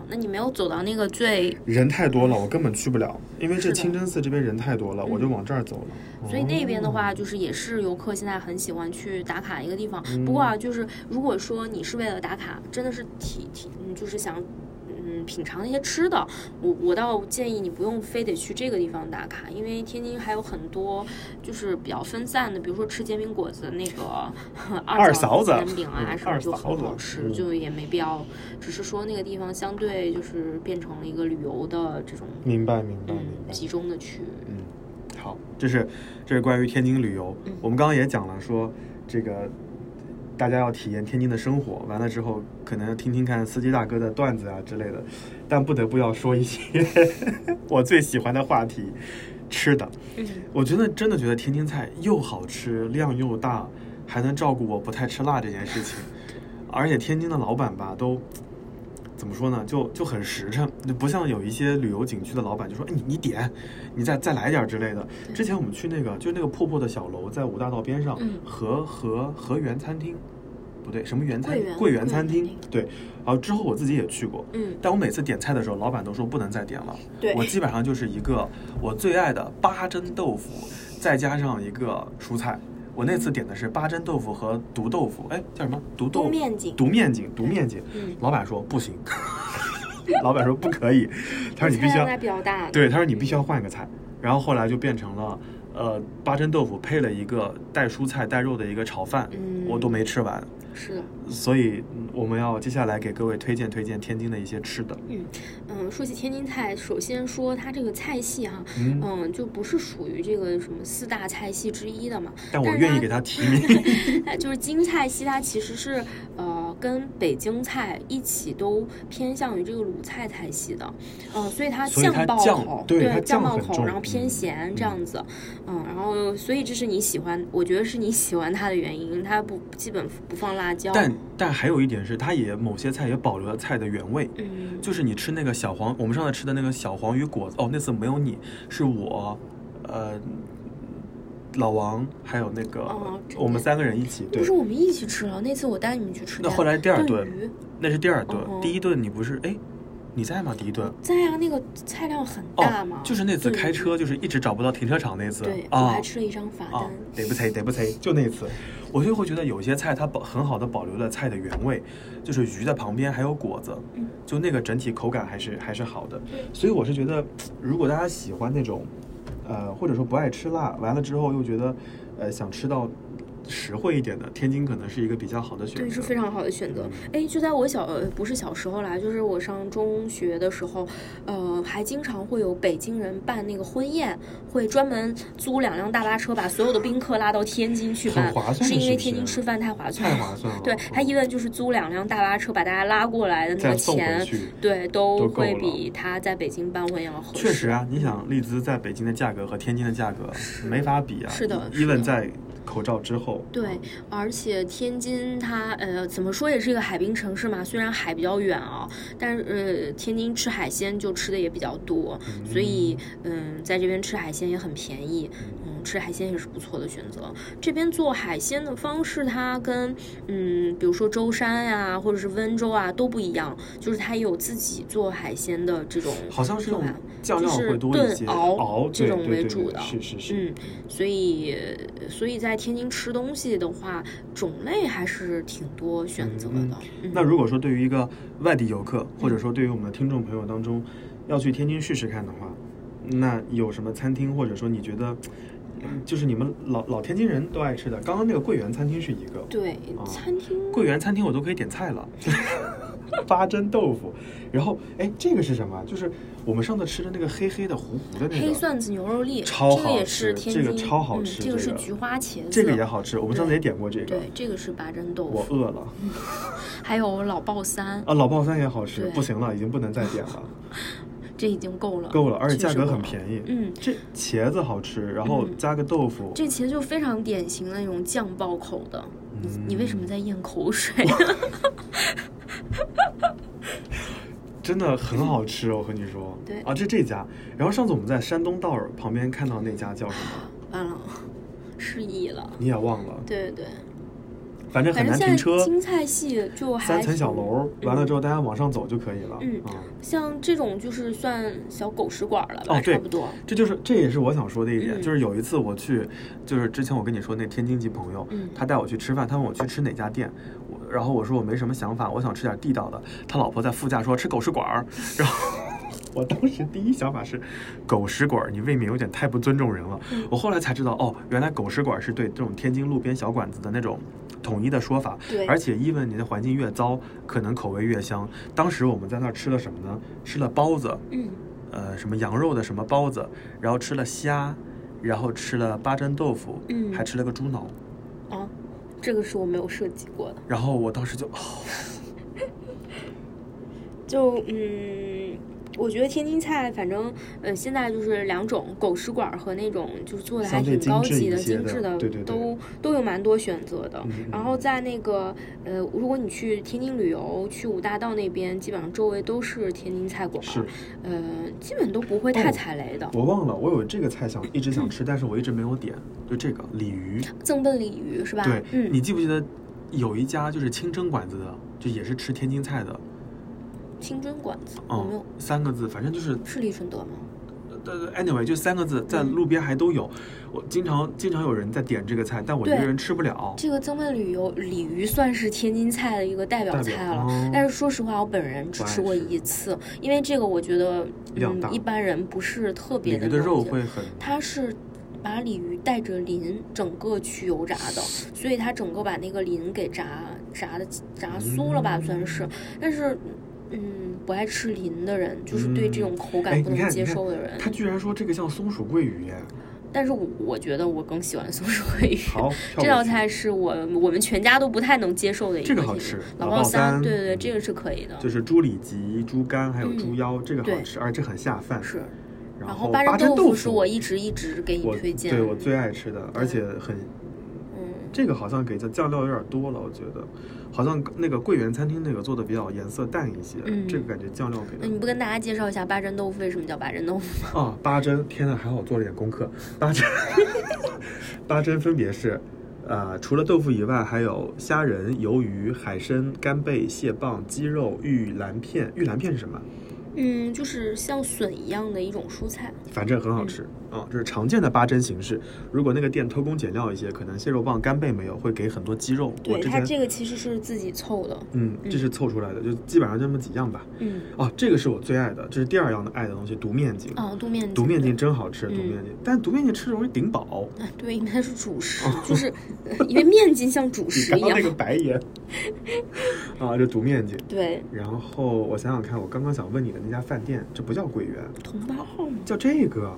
[SPEAKER 2] 那你没有走到那个最
[SPEAKER 3] 人太多了，我根本去不了，因为这清真寺这边人太多了，我就往这儿走了。
[SPEAKER 2] 所以那边的话，就是也是游客现在很喜欢去打卡一个地方。不过啊，就是如果说你是为了打卡，真的是就是想品尝那些吃的，我倒建议你不用非得去这个地方打卡，因为天津还有很多就是比较分散的，比如说吃煎饼果子那个二嫂子煎饼啊什么就很好吃，就也没必要，只是说那个地方相对就是变成了一个旅游的这种
[SPEAKER 3] 明白
[SPEAKER 2] 集中的区域。
[SPEAKER 3] 好，这是关于天津旅游。我们刚刚也讲了说这个。大家要体验天津的生活，完了之后可能听听看司机大哥的段子啊之类的，但不得不要说一些我最喜欢的话题，吃的。我真的觉得天津菜又好吃，量又大，还能照顾我不太吃辣这件事情。而且天津的老板吧，都怎么说呢，就很实诚，不像有一些旅游景区的老板就说，哎，你点，你再来点之类的。之前我们去那个破破的小楼，在五大道边上，和源餐厅，不对，什么源餐？桂园餐厅，对。然后之后我自己也去过，但我每次点菜的时候，老板都说不能再点了。对，我基本上就是一个我最爱的八珍豆腐，再加上一个蔬菜。我那次点的是八珍豆腐和毒豆腐，哎，叫什么？毒面筋。老板说不行，老板说不可以，他说你必须要
[SPEAKER 2] 比较大，
[SPEAKER 3] 对，他说你必须要换一个菜。然后后来就变成了八珍豆腐配了一个带蔬菜带肉的一个炒饭，我都没吃完。
[SPEAKER 2] 是的，
[SPEAKER 3] 所以我们要接下来给各位推荐天津的一些吃的。
[SPEAKER 2] 说起天津菜，首先说它这个菜系哈，就不是属于这个什么4大菜系之一的嘛。
[SPEAKER 3] 但我愿意给它提名。
[SPEAKER 2] 它就是京菜系，它其实是跟北京菜一起都偏向于这个鲁菜菜系的，所以它酱爆口，对，酱爆口，然后偏咸这样子，然后所以这是你喜欢，我觉得是你喜欢它的原因，它基本不放辣椒。
[SPEAKER 3] 但还有一点是，它也某些菜也保留了菜的原味，就是你吃那个我们上次吃的那个小黄鱼果子，那次没有你，是我，老王还有那个，我们3个人一起。对，
[SPEAKER 2] 不是我们一起吃了，那次我带你们去吃的。
[SPEAKER 3] 那后来第2顿，那是第2顿，第1顿你不是你在吗？第1顿
[SPEAKER 2] 在啊，那个菜量很大嘛。
[SPEAKER 3] 就是那次开车，就是一直找不到停车场那次。
[SPEAKER 2] 对，我还吃了一张罚单。
[SPEAKER 3] 得不催，就那次，我就会觉得有些菜它很好的保留了菜的原味，就是鱼的旁边还有果子，就那个整体口感还是好的。所以我是觉得，如果大家喜欢那种，或者说不爱吃辣，完了之后又觉得，想吃到实惠一点的，天津可能是一个比较好的选择。
[SPEAKER 2] 对，是非常好的选择。就在我不是小时候啦，就是我上中学的时候，还经常会有北京人办那个婚宴，会专门租2辆大巴车，把所有的宾客拉到天津去办，是因为天津吃饭太划算了。对，他一问就是租2辆大巴车把大家拉过来的那个钱，对，都会比他在北京办婚宴要合适。
[SPEAKER 3] 确实啊，你想丽兹在北京的价格和天津的价格没法比啊。
[SPEAKER 2] 是的，
[SPEAKER 3] 伊问在口罩之后，
[SPEAKER 2] 对，而且天津它怎么说也是一个海滨城市嘛，虽然海比较远啊，但是天津吃海鲜就吃的也比较多，所以在这边吃海鲜也很便宜，吃海鲜也是不错的选择。这边做海鲜的方式，它跟比如说舟山呀，或者是温州啊都不一样，就是它有自己做海鲜的这种，
[SPEAKER 3] 好像是用酱料会多一些，
[SPEAKER 2] 熬这种为主的，
[SPEAKER 3] 是，
[SPEAKER 2] 所以在天津吃东西的话，种类还是挺多选择的。
[SPEAKER 3] 那如果说对于一个外地游客，或者说对于我们的听众朋友当中，要去天津试试看的话，那有什么餐厅，或者说你觉得就是你们老天津人都爱吃的？刚刚那个桂园餐厅是一个，
[SPEAKER 2] 对，餐厅
[SPEAKER 3] 桂园餐厅我都可以点菜了。八珍豆腐，然后这个是什么？就是我们上次吃的那个黑黑的糊糊的那个
[SPEAKER 2] 黑蒜子牛肉粒，
[SPEAKER 3] 超好吃，
[SPEAKER 2] 这个也是天津，
[SPEAKER 3] 这个超好吃，
[SPEAKER 2] 这个是菊花茄子，
[SPEAKER 3] 这个也好吃，我们上次也点过这个。
[SPEAKER 2] 对，这个是八珍豆腐。
[SPEAKER 3] 我饿了。
[SPEAKER 2] 还有老爆三
[SPEAKER 3] 啊，老爆三也好吃，不行了，已经不能再点了。
[SPEAKER 2] 这已经够了，
[SPEAKER 3] 而且价格很便宜。这茄子好吃，然后加个豆腐。
[SPEAKER 2] 这茄子就非常典型的那种酱爆口的。你为什么在咽口水？
[SPEAKER 3] 真的很好吃，我和你说。
[SPEAKER 2] 对
[SPEAKER 3] 啊，这家。然后上次我们在山东道儿旁边看到那家叫什么？
[SPEAKER 2] 完了，失忆了。
[SPEAKER 3] 你也忘了？
[SPEAKER 2] 对。
[SPEAKER 3] 反正很难停车。
[SPEAKER 2] 京菜系就还
[SPEAKER 3] 3层小楼，完了之后大家往上走就可以了。
[SPEAKER 2] 像这种就是算小狗食馆了吧，差不多。
[SPEAKER 3] 这也是我想说的一点，就是有一次我去，就是之前我跟你说那天津籍朋友，他带我去吃饭，他问我去吃哪家店，然后我说我没什么想法，我想吃点地道的。他老婆在副驾说吃狗食馆，然后我当时第一想法是狗食馆，你未免有点太不尊重人了。我后来才知道，原来狗食馆是对这种天津路边小馆子的那种统一的说法。
[SPEAKER 2] 对，
[SPEAKER 3] 而且even你的环境越糟，可能口味越香。当时我们在那儿吃了什么呢？吃了包子，什么羊肉的什么包子，然后吃了虾，然后吃了八珍豆腐，还吃了个猪脑。
[SPEAKER 2] 这个是我没有涉及过的。
[SPEAKER 3] 然后我当时
[SPEAKER 2] 我觉得天津菜反正现在就是2种，狗食馆和那种就是做的还挺高级的精致的，
[SPEAKER 3] 对，
[SPEAKER 2] 都有蛮多选择的。然后在那个如果你去天津旅游，去五大道那边，基本上周围都是天津菜馆，
[SPEAKER 3] 是
[SPEAKER 2] 基本都不会太踩雷的。
[SPEAKER 3] 我忘了，我有这个菜一直想吃，但是我一直没有点，就这个鲤鱼，
[SPEAKER 2] 增笨鲤鱼是吧？
[SPEAKER 3] 对，你记不记得有一家就是清真馆子的，就也是吃天津菜的。
[SPEAKER 2] 清真馆子有没有
[SPEAKER 3] ？3个字，反正就是
[SPEAKER 2] 是李顺德吗
[SPEAKER 3] ？anyway 就3个字，在路边还都有。我经常有人在点这个菜，但我一个人吃不了。
[SPEAKER 2] 这个增笨鲤鱼算是天津菜的一个代表菜了，但是说实话，我本人只吃过1次，因为这个我觉得一般人不是特别的。
[SPEAKER 3] 鲤鱼的肉会很，
[SPEAKER 2] 它是把鲤鱼带着鳞整个去油炸的，所以它整个把那个鳞给炸酥了吧，算是，但是。不爱吃鳞的人，就是对这种口感不能接受的人。
[SPEAKER 3] 他居然说这个像松鼠桂鱼耶！
[SPEAKER 2] 但是我觉得我更喜欢松鼠桂鱼。
[SPEAKER 3] 好，
[SPEAKER 2] 这道菜是我们全家都不太能接受的一个。
[SPEAKER 3] 这个好吃，
[SPEAKER 2] 老爆三，对，这个是可以的。
[SPEAKER 3] 就是猪里脊、猪肝还有猪腰，这个好吃，而且很下饭。
[SPEAKER 2] 是。
[SPEAKER 3] 然后
[SPEAKER 2] 八珍豆腐是我一直给你推荐，
[SPEAKER 3] 对我最爱吃的，而且很。这个好像给的酱料有点多了，我觉得，好像那个桂圆餐厅那个做的比较颜色淡一些，这个感觉酱料给的。
[SPEAKER 2] 那你不跟大家介绍一下八珍豆腐为什么叫八珍豆腐
[SPEAKER 3] 吗？八珍，天哪，还好我做了点功课。八珍分别是，除了豆腐以外，还有虾仁、鱿鱼、海参、干贝、蟹棒、鸡肉、玉兰片。玉兰片是什么？
[SPEAKER 2] 就是像笋一样的一种蔬菜，
[SPEAKER 3] 反正很好吃这是常见的八珍形式。如果那个店偷工减料一些，可能蟹肉棒、干贝没有，会给很多鸡肉。
[SPEAKER 2] 对，它这个其实是自己凑的。
[SPEAKER 3] 这是凑出来的，就基本上这么几样吧。这个是我最爱的，这是第2样的爱的东西，毒面筋。毒面筋真好吃，毒面筋，但毒面筋吃容易顶饱。
[SPEAKER 2] 对，因为它是主食，就是因为面筋像主食一样。
[SPEAKER 3] 刚刚那个白眼这毒面筋。
[SPEAKER 2] 对。
[SPEAKER 3] 然后我想想看，我刚刚想问你的那家饭店，这不叫桂圆，
[SPEAKER 2] 同八号吗？
[SPEAKER 3] 叫这个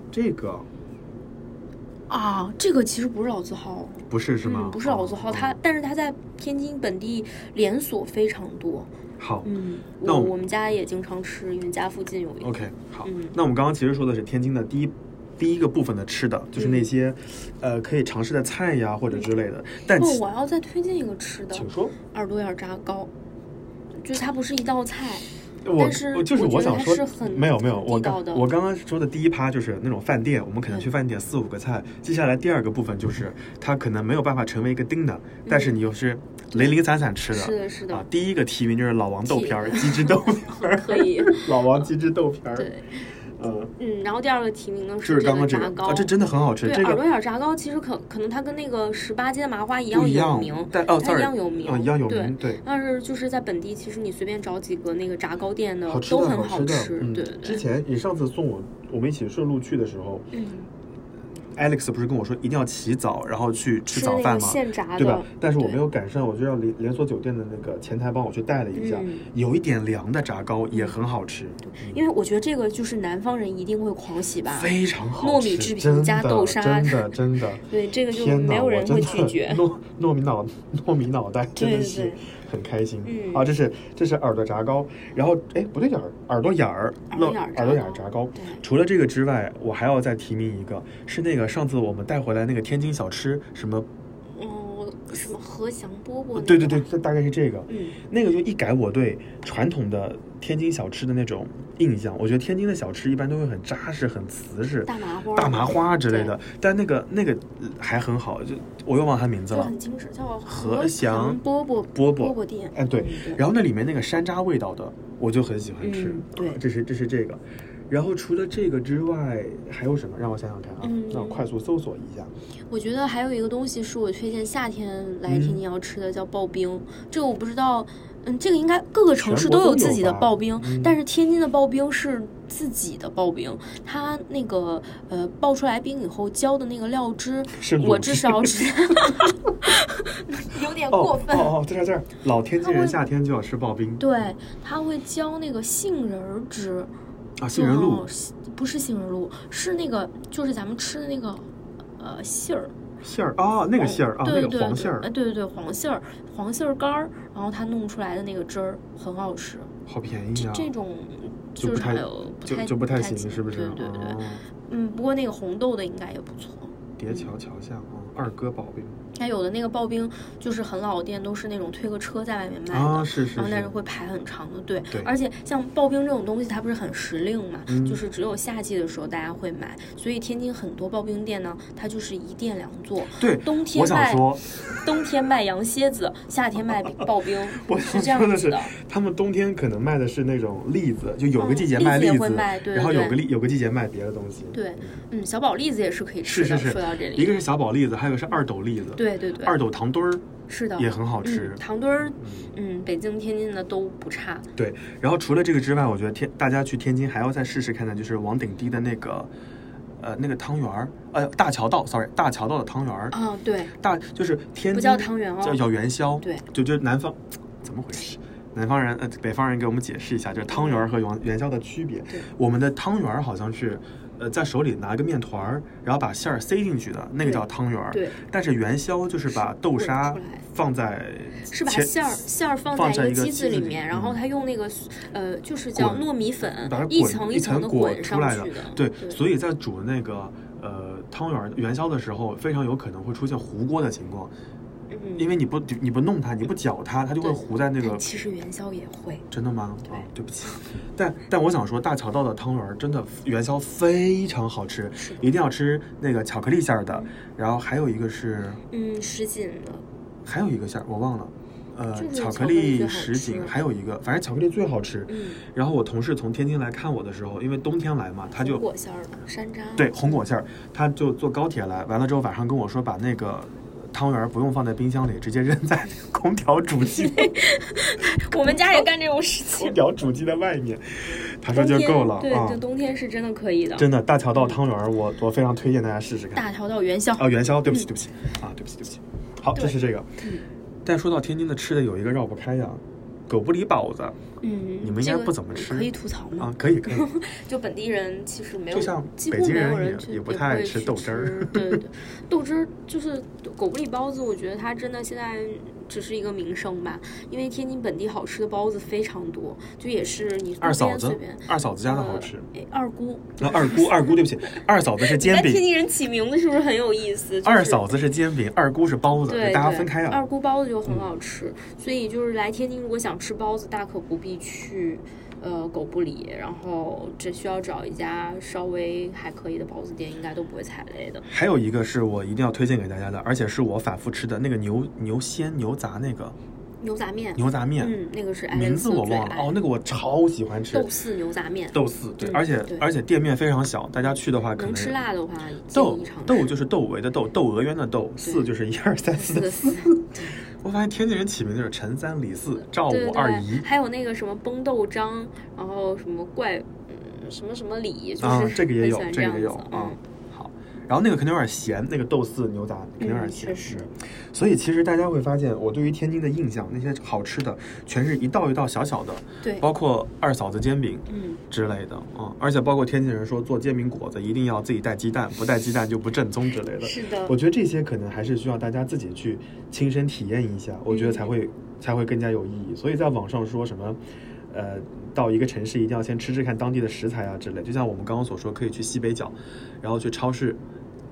[SPEAKER 2] 这个其实不是老字号，
[SPEAKER 3] 不是吗？
[SPEAKER 2] 不是老字号，但是它在天津本地连锁非常多。
[SPEAKER 3] 好，
[SPEAKER 2] 那我们家也经常吃，因为家附近有一个。
[SPEAKER 3] OK， 好，那我们刚刚其实说的是天津的第一个部分的吃的，就是那些可以尝试的菜呀或者之类的。但
[SPEAKER 2] 我要再推荐一个吃的，
[SPEAKER 3] 请说。
[SPEAKER 2] 耳朵眼炸糕，就是它不是一道菜。
[SPEAKER 3] 就是我想说，没有，我刚刚说的第一趴就是那种饭店，我们可能去饭店4-5个菜。接下来第2个部分就是它可能没有办法成为一个丁的，但是你又是零零散散吃的。
[SPEAKER 2] 是的。
[SPEAKER 3] 第一个提名就是老王豆片儿、鸡汁豆片儿，
[SPEAKER 2] 可以。
[SPEAKER 3] 老王鸡汁豆片儿。
[SPEAKER 2] 对。然后第2个提名呢
[SPEAKER 3] 是
[SPEAKER 2] 这个炸糕，
[SPEAKER 3] 这真的很好吃。
[SPEAKER 2] 对，耳朵眼炸糕其实可能它跟那个18街麻花一样有名，它一样有名，
[SPEAKER 3] 一样有名。对。
[SPEAKER 2] 但是就是在本地，其实你随便找几个那个炸糕店的都很好吃。对。
[SPEAKER 3] 之前你上次送我们一起顺路去的时候，Alex 不是跟我说一定要起早，然后去吃早饭吗？
[SPEAKER 2] 现炸的，
[SPEAKER 3] 对吧？但是我没有赶上，我就让连锁酒店的那个前台帮我去带了一下，有一点凉的炸糕也很好吃。
[SPEAKER 2] 因为我觉得这个就是南方人一定会狂喜吧，
[SPEAKER 3] 非常好吃，
[SPEAKER 2] 糯米制品加豆沙，
[SPEAKER 3] 真的，
[SPEAKER 2] 对，这个就没有人会拒绝。
[SPEAKER 3] 糯米脑袋真的是很开心。这是耳朵炸糕，然后不对，耳朵眼儿炸糕。除了这个之外，我还要再提名一个，是那个上次我们带回来那个天津小吃什么
[SPEAKER 2] 什么和祥饽饽，
[SPEAKER 3] 对，大概是这个。那个就一改我对传统的天津小吃的那种印象。我觉得天津的小吃一般都会很扎实、很瓷实，大麻花之类的。但那个还很好，就我又忘它名字了，
[SPEAKER 2] 很精致，叫
[SPEAKER 3] 和祥
[SPEAKER 2] 饽饽店。
[SPEAKER 3] 哎，对。然后那里面那个山楂味道的，我就很喜欢吃。
[SPEAKER 2] 对，
[SPEAKER 3] 这是这个。然后除了这个之外还有什么？让我想想看啊，让我快速搜索一下。
[SPEAKER 2] 我觉得还有一个东西是我推荐夏天来天津要吃的，叫刨冰。这个我不知道，这个应该各个城市都有自己的刨冰，但是天津的刨冰是自己的刨冰，它那个刨出来冰以后浇的那个料汁，我至少是有点过分。
[SPEAKER 3] 在这儿，老天津人夏天就要吃刨冰。
[SPEAKER 2] 对，他会浇那个杏仁汁。
[SPEAKER 3] 杏仁露
[SPEAKER 2] 不是杏仁露，是那个就是咱们吃的那个杏儿
[SPEAKER 3] 那个杏儿啊，那个黄杏儿，
[SPEAKER 2] 对，黄杏儿干儿，然后它弄出来的那个汁儿很好吃，
[SPEAKER 3] 好便宜啊！
[SPEAKER 2] 这种
[SPEAKER 3] 就不太行，是不是？
[SPEAKER 2] 对，不过那个红豆的应该也不错。
[SPEAKER 3] 叠桥桥下二哥刨冰。
[SPEAKER 2] 它有的那个刨冰就是很老的店，都是那种推个车在外面卖的，
[SPEAKER 3] 是，
[SPEAKER 2] 然后但是会排很长的队。对，而且像刨冰这种东西，它不是很时令嘛，就是只有夏季的时候大家会买，所以天津很多刨冰店呢，它就是一店两做。
[SPEAKER 3] 对，
[SPEAKER 2] 冬天卖羊蝎子，夏天卖刨冰，是这样子的。
[SPEAKER 3] 他们冬天可能卖的是那种栗子，就有个季节卖栗子，
[SPEAKER 2] 对，
[SPEAKER 3] 然后有个季节卖别的东西。
[SPEAKER 2] 对，小宝栗子也是可以吃的。
[SPEAKER 3] 是，
[SPEAKER 2] 说到这里，
[SPEAKER 3] 一个是小宝栗子，还有个是二斗栗子。
[SPEAKER 2] 对，
[SPEAKER 3] 二斗糖墩儿
[SPEAKER 2] 是的，
[SPEAKER 3] 也很好吃。
[SPEAKER 2] 糖墩儿，北京、天津的都不差。
[SPEAKER 3] 对，然后除了这个之外，我觉得大家去天津还要再试试看的，就是王鼎棣的那个汤圆儿，大桥道的汤圆儿
[SPEAKER 2] 啊，对，
[SPEAKER 3] 就是天津
[SPEAKER 2] 不叫汤圆哦，
[SPEAKER 3] 叫元宵。
[SPEAKER 2] 对，
[SPEAKER 3] 就南方怎么回事？南方人北方人给我们解释一下，就是汤圆和元宵的区别。我们的汤圆好像是在手里拿一个面团，然后把馅儿塞进去的那个叫汤圆。
[SPEAKER 2] 对，
[SPEAKER 3] 但是元宵就是把豆沙放在
[SPEAKER 2] 是把馅儿放在一个机子里面，然后他用那个就是叫糯米粉一层一层的滚上去的。
[SPEAKER 3] 对，所以在煮那个汤圆元宵的时候，非常有可能会出现糊锅的情况。因为你不弄它，你不搅它，它就会糊在那个。
[SPEAKER 2] 其实元宵也会。
[SPEAKER 3] 真的吗？对不起。但我想说，大桥道的汤圆真的元宵非常好吃，一定要吃那个巧克力馅的。然后还有一个是
[SPEAKER 2] 什锦的。
[SPEAKER 3] 还有一个馅我忘了。巧克力什锦，还有一个，反正巧克力最好吃。然后我同事从天津来看我的时候，因为冬天来嘛，他就
[SPEAKER 2] 红果馅的山楂。
[SPEAKER 3] 对，红果馅，他就坐高铁来，完了之后晚上跟我说把那个汤圆不用放在冰箱里，直接扔在空调主机。
[SPEAKER 2] 我们家也干这种事情。
[SPEAKER 3] 空调主机的外面，他说就够了。
[SPEAKER 2] 对，这冬天是真的可以的。
[SPEAKER 3] 真的，大桥道汤圆，我非常推荐大家试试看。
[SPEAKER 2] 大桥道元宵。
[SPEAKER 3] 元宵，对不起啊，对不起。好，这是这个。但说到天津的吃的，有一个绕不开呀，狗不理包子。你们应该不怎么吃。
[SPEAKER 2] 可以吐槽吗？
[SPEAKER 3] 可以。
[SPEAKER 2] 就本地人其实没有，
[SPEAKER 3] 就像北京人也不太爱吃豆汁儿。
[SPEAKER 2] 对，豆汁儿就是狗不理包子，我觉得它真的现在只是一个名声吧，因为天津本地好吃的包子非常多，就也是你
[SPEAKER 3] 二嫂子家的好吃。
[SPEAKER 2] 二姑，
[SPEAKER 3] 对不起，二嫂子是煎饼。
[SPEAKER 2] 天津人起名字是不是很有意思？
[SPEAKER 3] 二嫂子是煎饼，二姑是包子，
[SPEAKER 2] 对，
[SPEAKER 3] 大家分开啊。
[SPEAKER 2] 二姑包子就很好吃，所以就是来天津如果想吃包子，大可不必去狗不理，然后只需要找一家稍微还可以的包子店，应该都不会踩雷的。
[SPEAKER 3] 还有一个是我一定要推荐给大家的，而且是我反复吃的那个牛鲜牛杂那个。
[SPEAKER 2] 牛杂面，那个是
[SPEAKER 3] 名字我忘了那个我超喜欢吃。
[SPEAKER 2] 豆豉牛杂面，
[SPEAKER 3] 对，而且店面非常小，大家去的话可能
[SPEAKER 2] 吃辣的话，
[SPEAKER 3] 豆就是窦唯的窦娥冤的窦，4就是1、2、3、4的4。我发现天津人起名就是陈3李4赵5二姨，
[SPEAKER 2] 还有那个什么崩豆张，然后什么什么李，就是
[SPEAKER 3] 这个也有然后那个肯定有点咸，那个豆豉牛杂肯定有点咸。
[SPEAKER 2] 确实。
[SPEAKER 3] 所以其实大家会发现，我对于天津的印象，那些好吃的全是一道一道小小的，
[SPEAKER 2] 对，
[SPEAKER 3] 包括二嫂子煎饼，之类的，而且包括天津人说做煎饼果子一定要自己带鸡蛋，不带鸡蛋就不正宗之类的。
[SPEAKER 2] 是的。
[SPEAKER 3] 我觉得这些可能还是需要大家自己去亲身体验一下，我觉得才会更加有意义。所以在网上说什么，到一个城市一定要先吃看当地的食材啊之类，就像我们刚刚所说，可以去西北角，然后去超市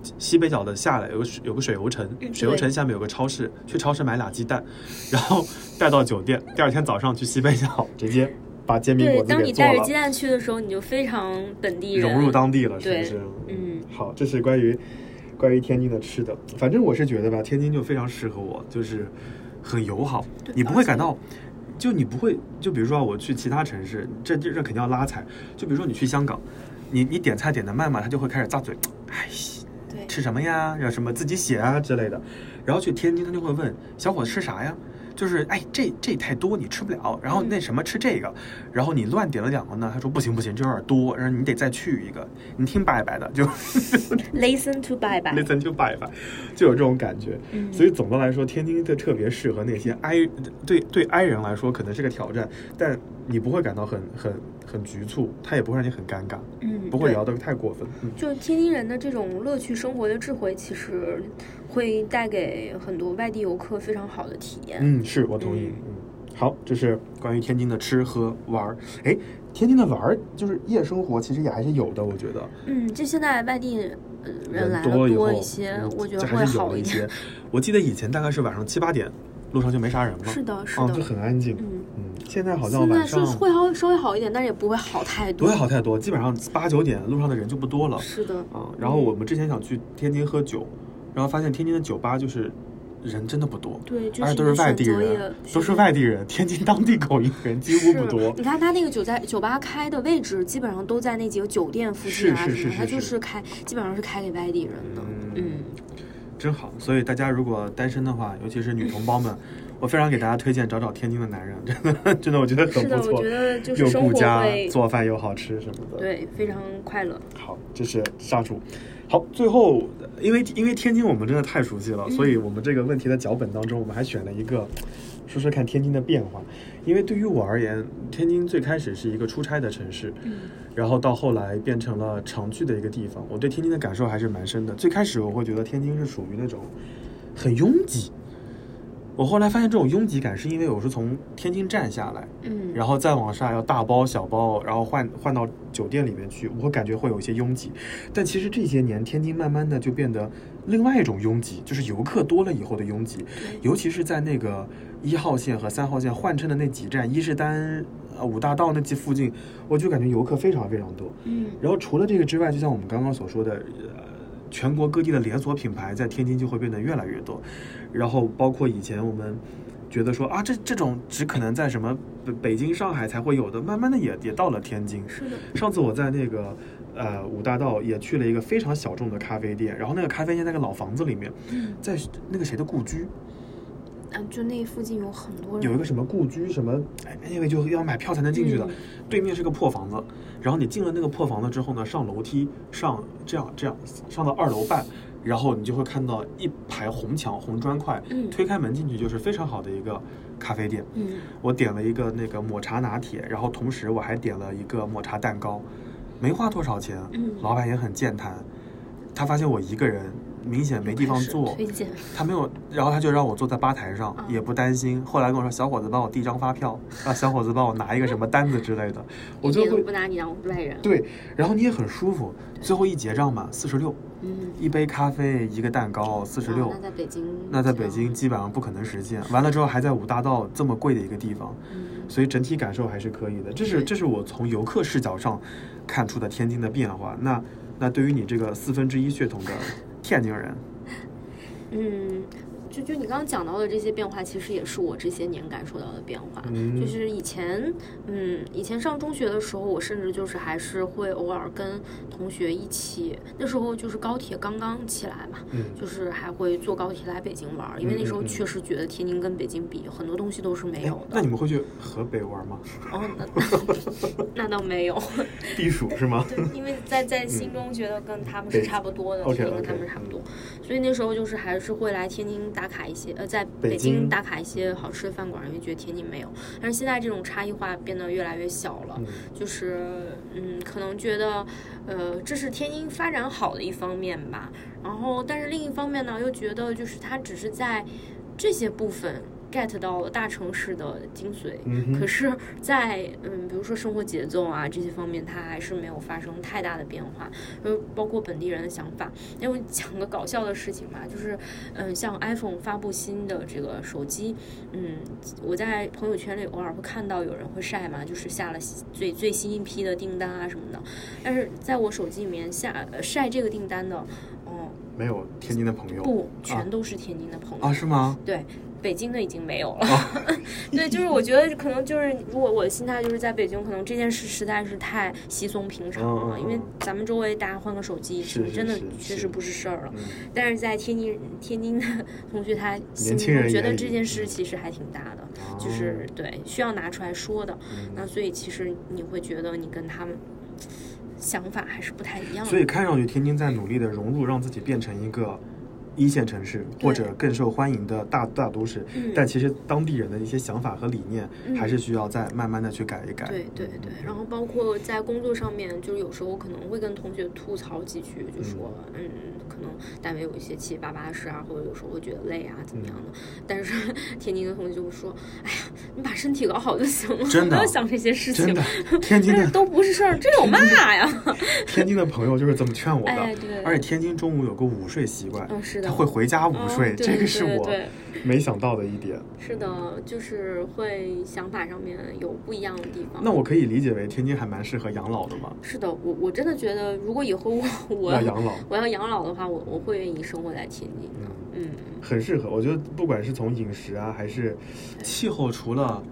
[SPEAKER 3] 西北角的下来有个水游城，水游城下面有个超市，去超市买2鸡蛋，然后带到酒店，第二天早上去西北角直接把煎饼果子给做了。
[SPEAKER 2] 当你带着鸡蛋去的时候，你就非常本地人，
[SPEAKER 3] 融入当地了，是不是？好，这是关于天津的吃的。反正我是觉得吧，天津就非常适合我，就是很友好，你不会感到。就你不会，就比如说我去其他城市，这肯定要拉踩。就比如说你去香港，你点菜点的慢嘛，他就会开始咂嘴，哎，吃什么呀？要什么自己写啊之类的。然后去天津，他就会问小伙子吃啥呀？就是哎，这太多你吃不了，然后那什么吃这个，然后你乱点了2个呢，他说不行，这有点多，然后你得再去一个，你听拜拜的就
[SPEAKER 2] listen to 拜拜
[SPEAKER 3] listen to 拜拜，就有这种感觉。所以总的来说，天津就特别适合那些对 I 人来说可能是个挑战，但你不会感到很局促，他也不会让你很尴尬，不会聊得太过分。
[SPEAKER 2] 就天津人的这种乐趣生活的智慧，其实会带给很多外地游客非常好的体验。
[SPEAKER 3] 是我同意。好，这是关于天津的吃喝玩。哎，天津的玩就是夜生活，其实也还是有的，我觉得。
[SPEAKER 2] 就现在外地人来的多一些，我觉得会好一些。
[SPEAKER 3] 我记得以前大概是晚上7、8点，路上就没啥人了。
[SPEAKER 2] 是的，
[SPEAKER 3] 就很安静。现在好像晚上
[SPEAKER 2] 会稍微好一点，但是也不会好太多。
[SPEAKER 3] 不会好太多，基本上8、9点路上的人就不多了。
[SPEAKER 2] 是的。
[SPEAKER 3] 然后我们之前想去天津喝酒，然后发现天津的酒吧就是人真的不多，
[SPEAKER 2] 对，
[SPEAKER 3] 而且都是外地人，天津当地口音人几乎不多。
[SPEAKER 2] 你看他那个酒吧开的位置，基本上都在那几个酒店附近啊，
[SPEAKER 3] 是，
[SPEAKER 2] 他就是基本上是开给外地人的。
[SPEAKER 3] 真好。所以大家如果单身的话，尤其是女同胞们，我非常给大家推荐找天津的男人，真的我觉得很不错。
[SPEAKER 2] 我觉得就是
[SPEAKER 3] 又顾家，做饭又好吃什么的，
[SPEAKER 2] 对，非常快乐。
[SPEAKER 3] 好，这是杀猪。好，最后因为天津我们真的太熟悉了，所以我们这个问题的脚本当中，我们还选了一个说说看天津的变化。因为对于我而言，天津最开始是一个出差的城市，然后到后来变成了常去的一个地方。我对天津的感受还是蛮深的。最开始我会觉得天津是属于那种很拥挤，我后来发现这种拥挤感是因为我是从天津站下来，然后再往上要大包小包，然后换到酒店里面去，我会感觉会有一些拥挤。但其实这些年天津慢慢的就变得另外一种拥挤，就是游客多了以后的拥挤，尤其是在那个1号线和3号线换乘的那几站，伊势丹、五大道那附近，我就感觉游客非常非常多。然后除了这个之外，就像我们刚刚所说的，全国各地的连锁品牌在天津就会变得越来越多。然后包括以前我们觉得说啊，这种只可能在什么北京、上海才会有的，慢慢的也到了天津。
[SPEAKER 2] 是的。
[SPEAKER 3] 上次我在那个五大道也去了一个非常小众的咖啡店，然后那个咖啡店那个老房子里面，在那个谁的故居。
[SPEAKER 2] 就那附近有很多人，
[SPEAKER 3] 有一个什么故居什么，因为就要买票才能进去的，对面是个破房子，然后你进了那个破房子之后呢，上楼梯上这样上到2楼半，然后你就会看到一排红墙红砖块，推开门进去就是非常好的一个咖啡店。我点了一个那个抹茶拿铁，然后同时我还点了一个抹茶蛋糕，没花多少钱，老板也很健谈，他发现我一个人明显没地方坐，他没有，然后他就让我坐在吧台上，也不担心。后来跟我说，小伙子帮我递张发票，小伙子帮我拿一个什么单子之类的，我就会
[SPEAKER 2] 不拿你当外人。
[SPEAKER 3] 对，然后你也很舒服。最后一结账嘛，46，一杯咖啡一个蛋糕46，那在北京基本上不可能实现。完了之后还在五大道这么贵的一个地方，所以整体感受还是可以的。这是我从游客视角上看出的天津的变化。那对于你这个1/4血统的天津人，
[SPEAKER 2] 就你刚刚讲到的这些变化，其实也是我这些年感受到的变化。就是以前上中学的时候，我甚至就是还是会偶尔跟同学一起，那时候就是高铁刚刚起来嘛，就是还会坐高铁来北京玩，因为那时候确实觉得天津跟北京比，很多东西都是没有的。
[SPEAKER 3] 那你们会去河北玩吗？
[SPEAKER 2] 那倒没有。
[SPEAKER 3] 避暑是吗？
[SPEAKER 2] 对，因为在心中觉得跟他们是差不多的，天津跟他们是差不多，所以那时候就是还是会来天津打卡一些，在北京打卡一些好吃的饭馆，因为觉得天津没有。但是现在这种差异化变得越来越小了，就是可能觉得这是天津发展好的一方面吧。然后但是另一方面呢，又觉得就是它只是在这些部分 get 到了大城市的精髓，可是在比如说生活节奏啊这些方面，它还是没有发生太大的变化，包括本地人的想法。因为讲个搞笑的事情嘛，就是像 iPhone 发布新的这个手机，我在朋友圈里偶尔会看到有人会晒嘛，就是下了最新一批的订单啊什么的，但是在我手机里面晒这个订单的，
[SPEAKER 3] 没有天津的朋友，
[SPEAKER 2] 不，全都是天津的朋友
[SPEAKER 3] 啊？是吗？
[SPEAKER 2] 对。北京的已经没有了，对，就是我觉得可能就是，如果我的心态就是在北京，可能这件事实在是太稀松平常了，因为咱们周围大家换个手机，真的确实不是事儿了。但是在天津的同学，他心里面觉得这件事其实还挺大的，就是对需要拿出来说的。那所以其实你会觉得你跟他们想法还是不太一样的。
[SPEAKER 3] 所以看上去天津在努力的融入，让自己变成一个一线城市或者更受欢迎的大都市，但其实当地人的一些想法和理念还是需要再慢慢的去改一改。
[SPEAKER 2] 对，然后包括在工作上面，就是有时候可能会跟同学吐槽几句，就说可能单位有一些七七八八的事啊，或者有时候会觉得累啊怎么样的，但是天津的同学就会说，哎呀，你把身体搞好就行了，
[SPEAKER 3] 真的
[SPEAKER 2] 不要想这些事情。
[SPEAKER 3] 真的，天津的
[SPEAKER 2] 都不是事儿，这有嘛呀？
[SPEAKER 3] 天津的朋友就是这么劝我的，
[SPEAKER 2] 对，
[SPEAKER 3] 而且天津中午有个午睡习惯，
[SPEAKER 2] 是的，
[SPEAKER 3] 他会回家午睡，这个是我没想到的一点。
[SPEAKER 2] 是的，就是会想法上面有不一样的地方。
[SPEAKER 3] 那我可以理解为天津还蛮适合养老的吗？
[SPEAKER 2] 是的，我真的觉得，如果以后我
[SPEAKER 3] 要养老，
[SPEAKER 2] 我要养老的话，我会愿意生活在天津的。
[SPEAKER 3] 很适合。我觉得不管是从饮食啊，还是气候，除了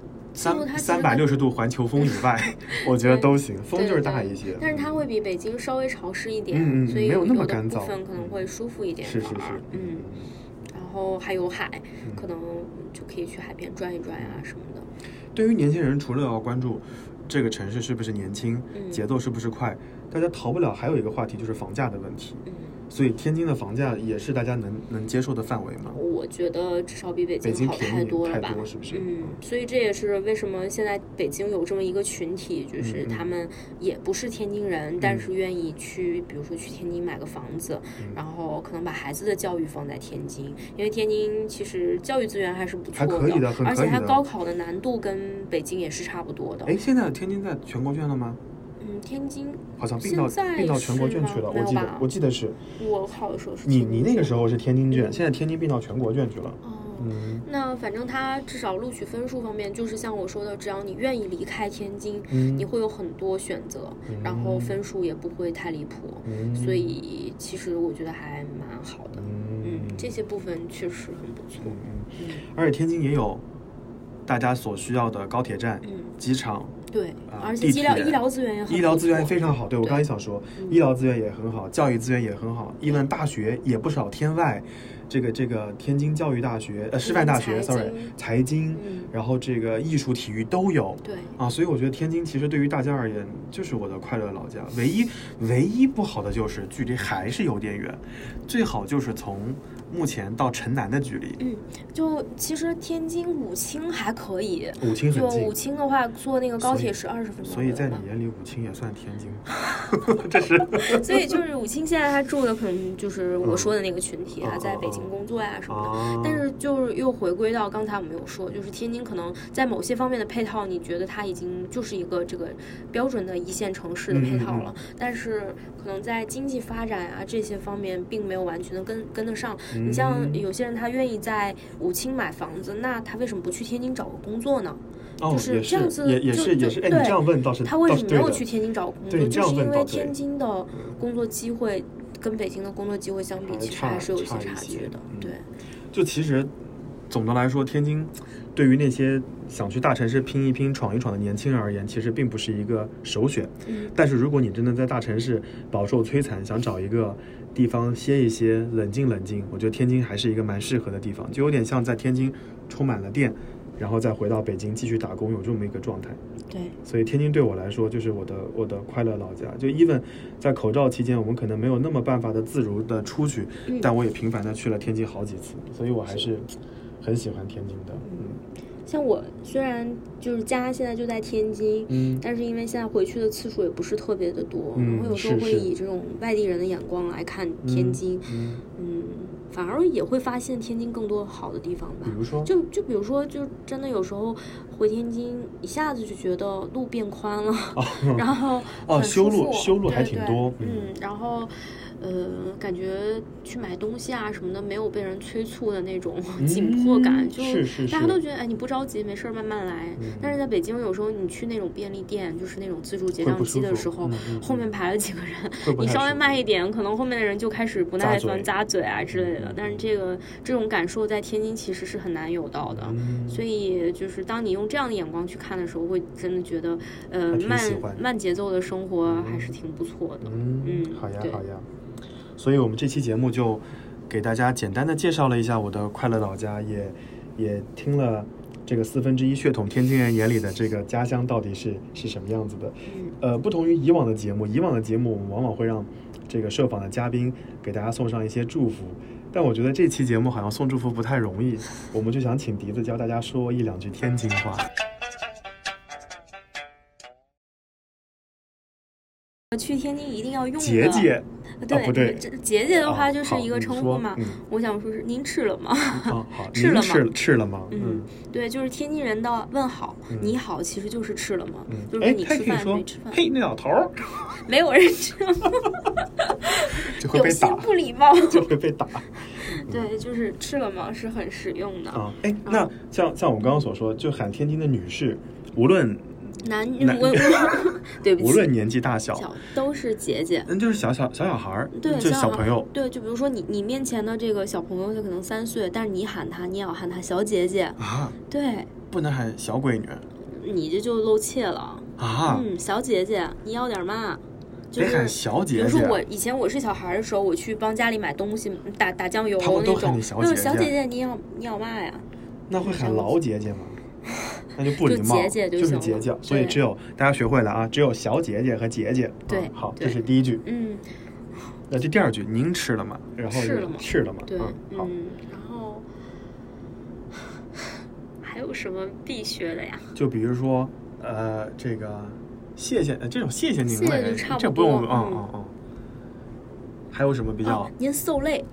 [SPEAKER 3] 360度环球风以外，我觉得都行，风就是大一些。
[SPEAKER 2] 但是它会比北京稍微潮湿一点，所以
[SPEAKER 3] 没有那么干燥，
[SPEAKER 2] 部分可能会舒服一点。
[SPEAKER 3] 是。
[SPEAKER 2] 然后还有海，可能就可以去海边转一转呀什么的。
[SPEAKER 3] 对于年轻人，除了要关注这个城市是不是年轻，节奏是不是快，大家逃不了还有一个话题就是房价的问题。所以天津的房价也是大家能接受的范围吗？
[SPEAKER 2] 我觉得至少比北京好太多了吧，
[SPEAKER 3] 是不是？
[SPEAKER 2] 所以这也是为什么现在北京有这么一个群体，就是他们也不是天津人，但是愿意去，比如说去天津买个房子，然后可能把孩子的教育放在天津，因为天津其实教育资源还是不错的，
[SPEAKER 3] 可以的，
[SPEAKER 2] 而且它高考的难度跟北京也是差不多的。
[SPEAKER 3] 现在天津在全国卷了吗？
[SPEAKER 2] 天津
[SPEAKER 3] 好像并到全国卷去了，我记得是。
[SPEAKER 2] 我考的时候是
[SPEAKER 3] 你那个时候是天津卷，现在天津并到全国卷去了。
[SPEAKER 2] 那反正它至少录取分数方面，就是像我说的，只要你愿意离开天津，你会有很多选择，然后分数也不会太离谱，所以其实我觉得还蛮好的。这些部分确实很不错。
[SPEAKER 3] 而且天津也有大家所需要的高铁站、机场。
[SPEAKER 2] 对，而且医疗资源也很好，
[SPEAKER 3] 医疗资源非常好。对，我刚才想说，医疗资源也很好，教育资源也很好，一般大学也不少。天外，这个天津教育大学、师范大学财经，然后这个艺术、体育都有。
[SPEAKER 2] 对
[SPEAKER 3] 所以我觉得天津其实对于大家而言，就是我的快乐老家。唯一不好的就是距离还是有点远，最好就是从目前到城南的距离。
[SPEAKER 2] 就其实天津武清还可以，
[SPEAKER 3] 武清很近。
[SPEAKER 2] 就武清的话，坐那个高铁是20分钟。
[SPEAKER 3] 所以在你眼里，武清也算天津，这是。
[SPEAKER 2] 所以就是武清现在他住的可能就是我说的那个群体啊，在北京工作呀什么的。但是就是又回归到刚才我们有说，就是天津可能在某些方面的配套，你觉得它已经就是一个这个标准的一线城市的配套了，但是可能在经济发展啊这些方面并没有完全的跟得上。你像有些人他愿意在武清买房子，那他为什么不去天津找个工作呢？就是这样子，
[SPEAKER 3] 也是。你这样问倒是，
[SPEAKER 2] 他为什么没有去天津找工作？就是因为天津的工作机会跟北京的工作机会相比，其实还是有一些差距的。对，
[SPEAKER 3] 就其实总的来说，天津对于那些想去大城市拼一拼、闯一闯的年轻人而言，其实并不是一个首选。但是如果你真的在大城市饱受摧残，想找一个地方歇一歇、冷静冷静，我觉得天津还是一个蛮适合的地方，就有点像在天津充满了电，然后再回到北京继续打工，有这么一个状态。
[SPEAKER 2] 对，
[SPEAKER 3] 所以天津对我来说就是我的快乐老家。就 even 在口罩期间，我们可能没有那么办法的自如的出去，但我也频繁的去了天津好几次，所以我还是很喜欢天津的。
[SPEAKER 2] 像我虽然就是家现在就在天津，但是因为现在回去的次数也不是特别的多，我有时候会以这种外地人的眼光来看天津。 反而也会发现天津更多好的地方吧。
[SPEAKER 3] 比如说，
[SPEAKER 2] 就比如说，就真的有时候回天津，一下子就觉得路变宽了，然后
[SPEAKER 3] 修路还挺多，
[SPEAKER 2] 然后。感觉去买东西啊什么的，没有被人催促的那种紧迫感，就是大家都觉得，哎，你不着急，没事慢慢来。但是在北京，有时候你去那种便利店，就是那种自助结账机的时候，后面排了几个人，你稍微慢一点，可能后面的人就开始不耐烦咂嘴啊之类的。但是这种感受在天津其实是很难有到的，所以就是当你用这样的眼光去看的时候，会真的觉得，慢节奏的生活还是挺不错的。
[SPEAKER 3] 好呀。所以我们这期节目就给大家简单的介绍了一下我的快乐老家，也听了这个1/4血统天津人眼里的这个家乡到底是什么样子的。不同于以往的节目我们往往会让这个受访的嘉宾给大家送上一些祝福，但我觉得这期节目好像送祝福不太容易，我们就想请笛子教大家说1、2句天津话。
[SPEAKER 2] 去天津一定要用的
[SPEAKER 3] 姐姐，
[SPEAKER 2] 对，
[SPEAKER 3] 不对，
[SPEAKER 2] 姐姐的话就是一个称呼嘛。我想说是您吃了吗？
[SPEAKER 3] 好，
[SPEAKER 2] 吃了吗？
[SPEAKER 3] 吃了吗？
[SPEAKER 2] 对，就是天津人的问好，你好其实就是吃了吗？就是你吃饭没吃饭。
[SPEAKER 3] 嘿，那老头
[SPEAKER 2] 没有人吃，
[SPEAKER 3] 就会被打，
[SPEAKER 2] 有些不礼貌，
[SPEAKER 3] 就会被打。
[SPEAKER 2] 对，就是吃了吗？是很实用的
[SPEAKER 3] 啊。那像我刚刚所说，就喊天津的女士，无论。
[SPEAKER 2] 对不起，
[SPEAKER 3] 无论年纪大小
[SPEAKER 2] 都是姐姐，
[SPEAKER 3] 就是小孩儿，
[SPEAKER 2] 对，
[SPEAKER 3] 就是小朋友，
[SPEAKER 2] 对，就比如说你面前的这个小朋友，他可能3岁，但是你喊他，你也要喊他小姐姐啊，对，
[SPEAKER 3] 不能喊小闺女，
[SPEAKER 2] 你这就露怯了啊，小姐姐，你要点嘛？
[SPEAKER 3] 得喊小姐姐。
[SPEAKER 2] 比如说以前我是小孩的时候，我去帮家里买东西，打酱油
[SPEAKER 3] 他们都喊你
[SPEAKER 2] 小姐姐，你要嘛呀？
[SPEAKER 3] 那会喊老姐姐吗？那就不礼貌，就是姐姐，所以只有大家学会了啊，只有小姐姐和姐姐。
[SPEAKER 2] 对，
[SPEAKER 3] 好，这是第一句。那这第二句，您吃了吗？然后吃了吗？
[SPEAKER 2] 对，
[SPEAKER 3] 好。
[SPEAKER 2] 然后还有什么必学的呀？
[SPEAKER 3] 就比如说，这个谢谢，这种谢谢您累，这不用还有什么比较？
[SPEAKER 2] 您受累。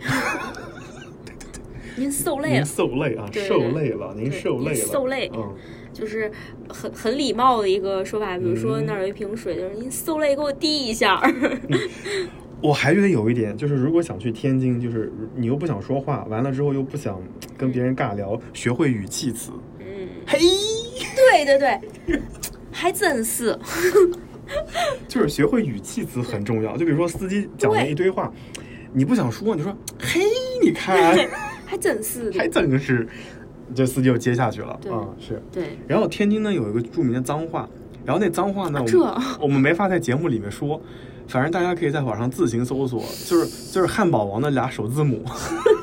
[SPEAKER 2] 您受累了，
[SPEAKER 3] 您受累啊，受累了，您受累了，
[SPEAKER 2] 受累，就是很礼貌的一个说法。比如说那儿有一瓶水，就是您受累给我滴一下。
[SPEAKER 3] 我还觉得有一点，就是如果想去天津，就是你又不想说话，完了之后又不想跟别人尬聊，学会语气词。嘿，
[SPEAKER 2] 对，还真是。
[SPEAKER 3] 就是学会语气词很重要。就比如说司机讲了一堆话，你不想说，你就说嘿，你看。
[SPEAKER 2] 还真是，
[SPEAKER 3] 这司机就接下去了是。
[SPEAKER 2] 对。
[SPEAKER 3] 然后天津呢有一个著名的脏话，然后那脏话呢，我们没法在节目里面说，反正大家可以在网上自行搜索，就是汉堡王的俩首字母。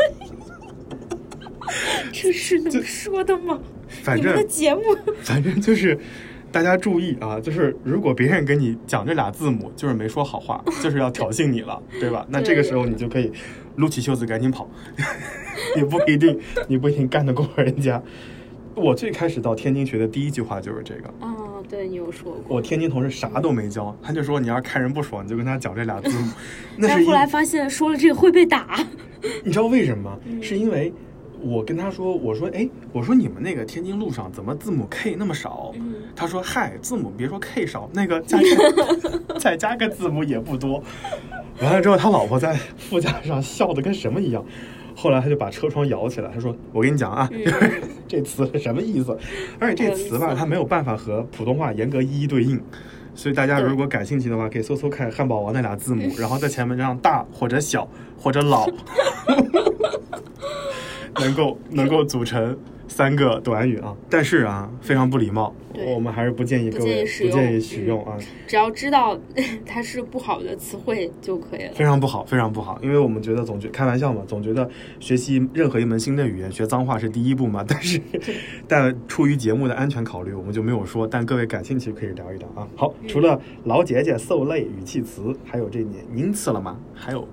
[SPEAKER 2] 这是能说的吗？
[SPEAKER 3] 反正
[SPEAKER 2] 你们的节目，
[SPEAKER 3] 反正就是大家注意啊，就是如果别人跟你讲这俩字母，就是没说好话，就是要挑衅你了，对吧？那这个时候你就可以撸起袖子赶紧跑。你不一定干得过人家。我最开始到天津学的第一句话就是这个。
[SPEAKER 2] 对，你有说过。
[SPEAKER 3] 我天津同事啥都没教，他就说你要是看人不爽，你就跟他讲这俩字母。
[SPEAKER 2] 但后来发现说了这个会被打。
[SPEAKER 3] 你知道为什么吗？是因为我跟他说，我说你们那个天津路上怎么字母 K 那么少？他说嗨，字母别说 K 少，那个再加个字母也不多。完了之后，他老婆在副驾上笑得跟什么一样。后来他就把车窗摇起来，他说：“我跟你讲啊，这词是什么意思？而且这词吧，它没有办法和普通话严格一一对应。所以大家如果感兴趣的话，可以搜看汉堡王那俩字母，然后在前面让大或者小或者老，能够组成3个短语啊。但是啊，非常不礼貌，我们还是不建议各位不建议使用啊。
[SPEAKER 2] 只要知道它是不好的词汇就可以了。
[SPEAKER 3] 非常不好，非常不好，因为我们觉得开玩笑嘛，总觉得学习任何一门新的语言，学脏话是第一步嘛。但出于节目的安全考虑，我们就没有说。但各位感兴趣可以聊一聊啊。好，除了老姐姐、受累、语气词，还有这您吃了吗？还有。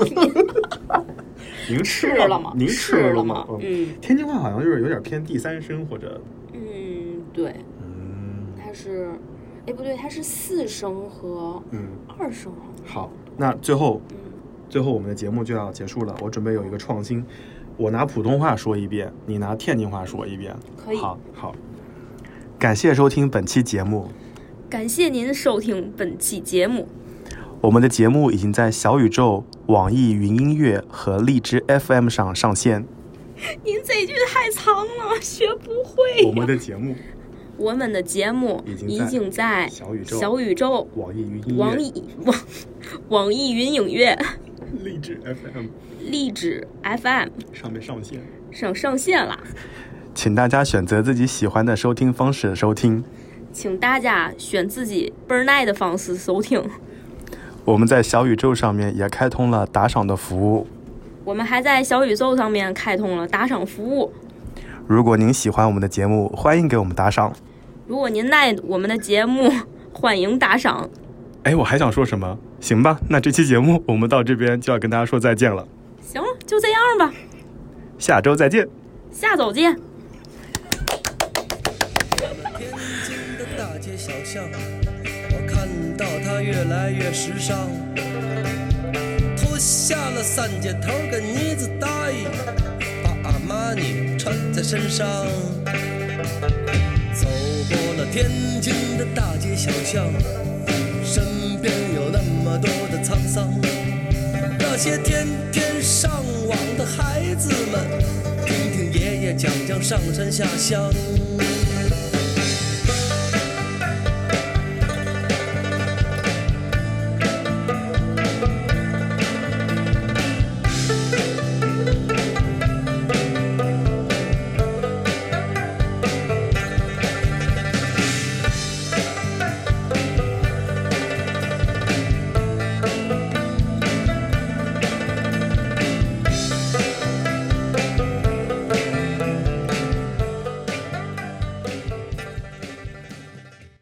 [SPEAKER 3] 您吃了吗？您吃了吗？天津话好像就是有点偏第3声或者。
[SPEAKER 2] 对。它是，不对，它是4声和2声。
[SPEAKER 3] 好，那最后， 最后我们的节目就要结束了，我准备有一个创新，我拿普通话说一遍，你拿天津话说一遍。
[SPEAKER 2] 可以。
[SPEAKER 3] 好，感谢收听本期节目。
[SPEAKER 2] 感谢您收听本期节目。
[SPEAKER 3] 我们的节目已经在小宇宙、网易云音乐和荔枝 FM 上上线。
[SPEAKER 2] 您这句太长了，学不会。
[SPEAKER 3] 我们的节目
[SPEAKER 2] 已经在
[SPEAKER 3] 小宇宙、网
[SPEAKER 2] 易云音乐、
[SPEAKER 3] 荔枝 FM
[SPEAKER 2] 上面上
[SPEAKER 3] 线了。请大家选择自己喜欢的收听方式收听。
[SPEAKER 2] 请大家选自己倍儿耐的方式收听。
[SPEAKER 3] 我们在小宇宙上面也开通了打赏的服务。
[SPEAKER 2] 我们还在小宇宙上面开通了打赏服务。
[SPEAKER 3] 如果您喜欢我们的节目，欢迎给我们打赏。
[SPEAKER 2] 如果您爱我们的节目，欢迎打赏。
[SPEAKER 3] 我还想说什么？行吧，那这期节目我们到这边就要跟大家说再见了。
[SPEAKER 2] 行，就这样吧。
[SPEAKER 3] 下周再见。
[SPEAKER 2] 下周见。
[SPEAKER 5] 天津的大街小巷，我看到它越来越时尚，脱下了三件头跟呢子大衣，把阿玛尼穿在身上，走过了天津的大街小巷，身边有那么多的沧桑，那些天天上网的孩子们，听听爷爷讲上山下乡。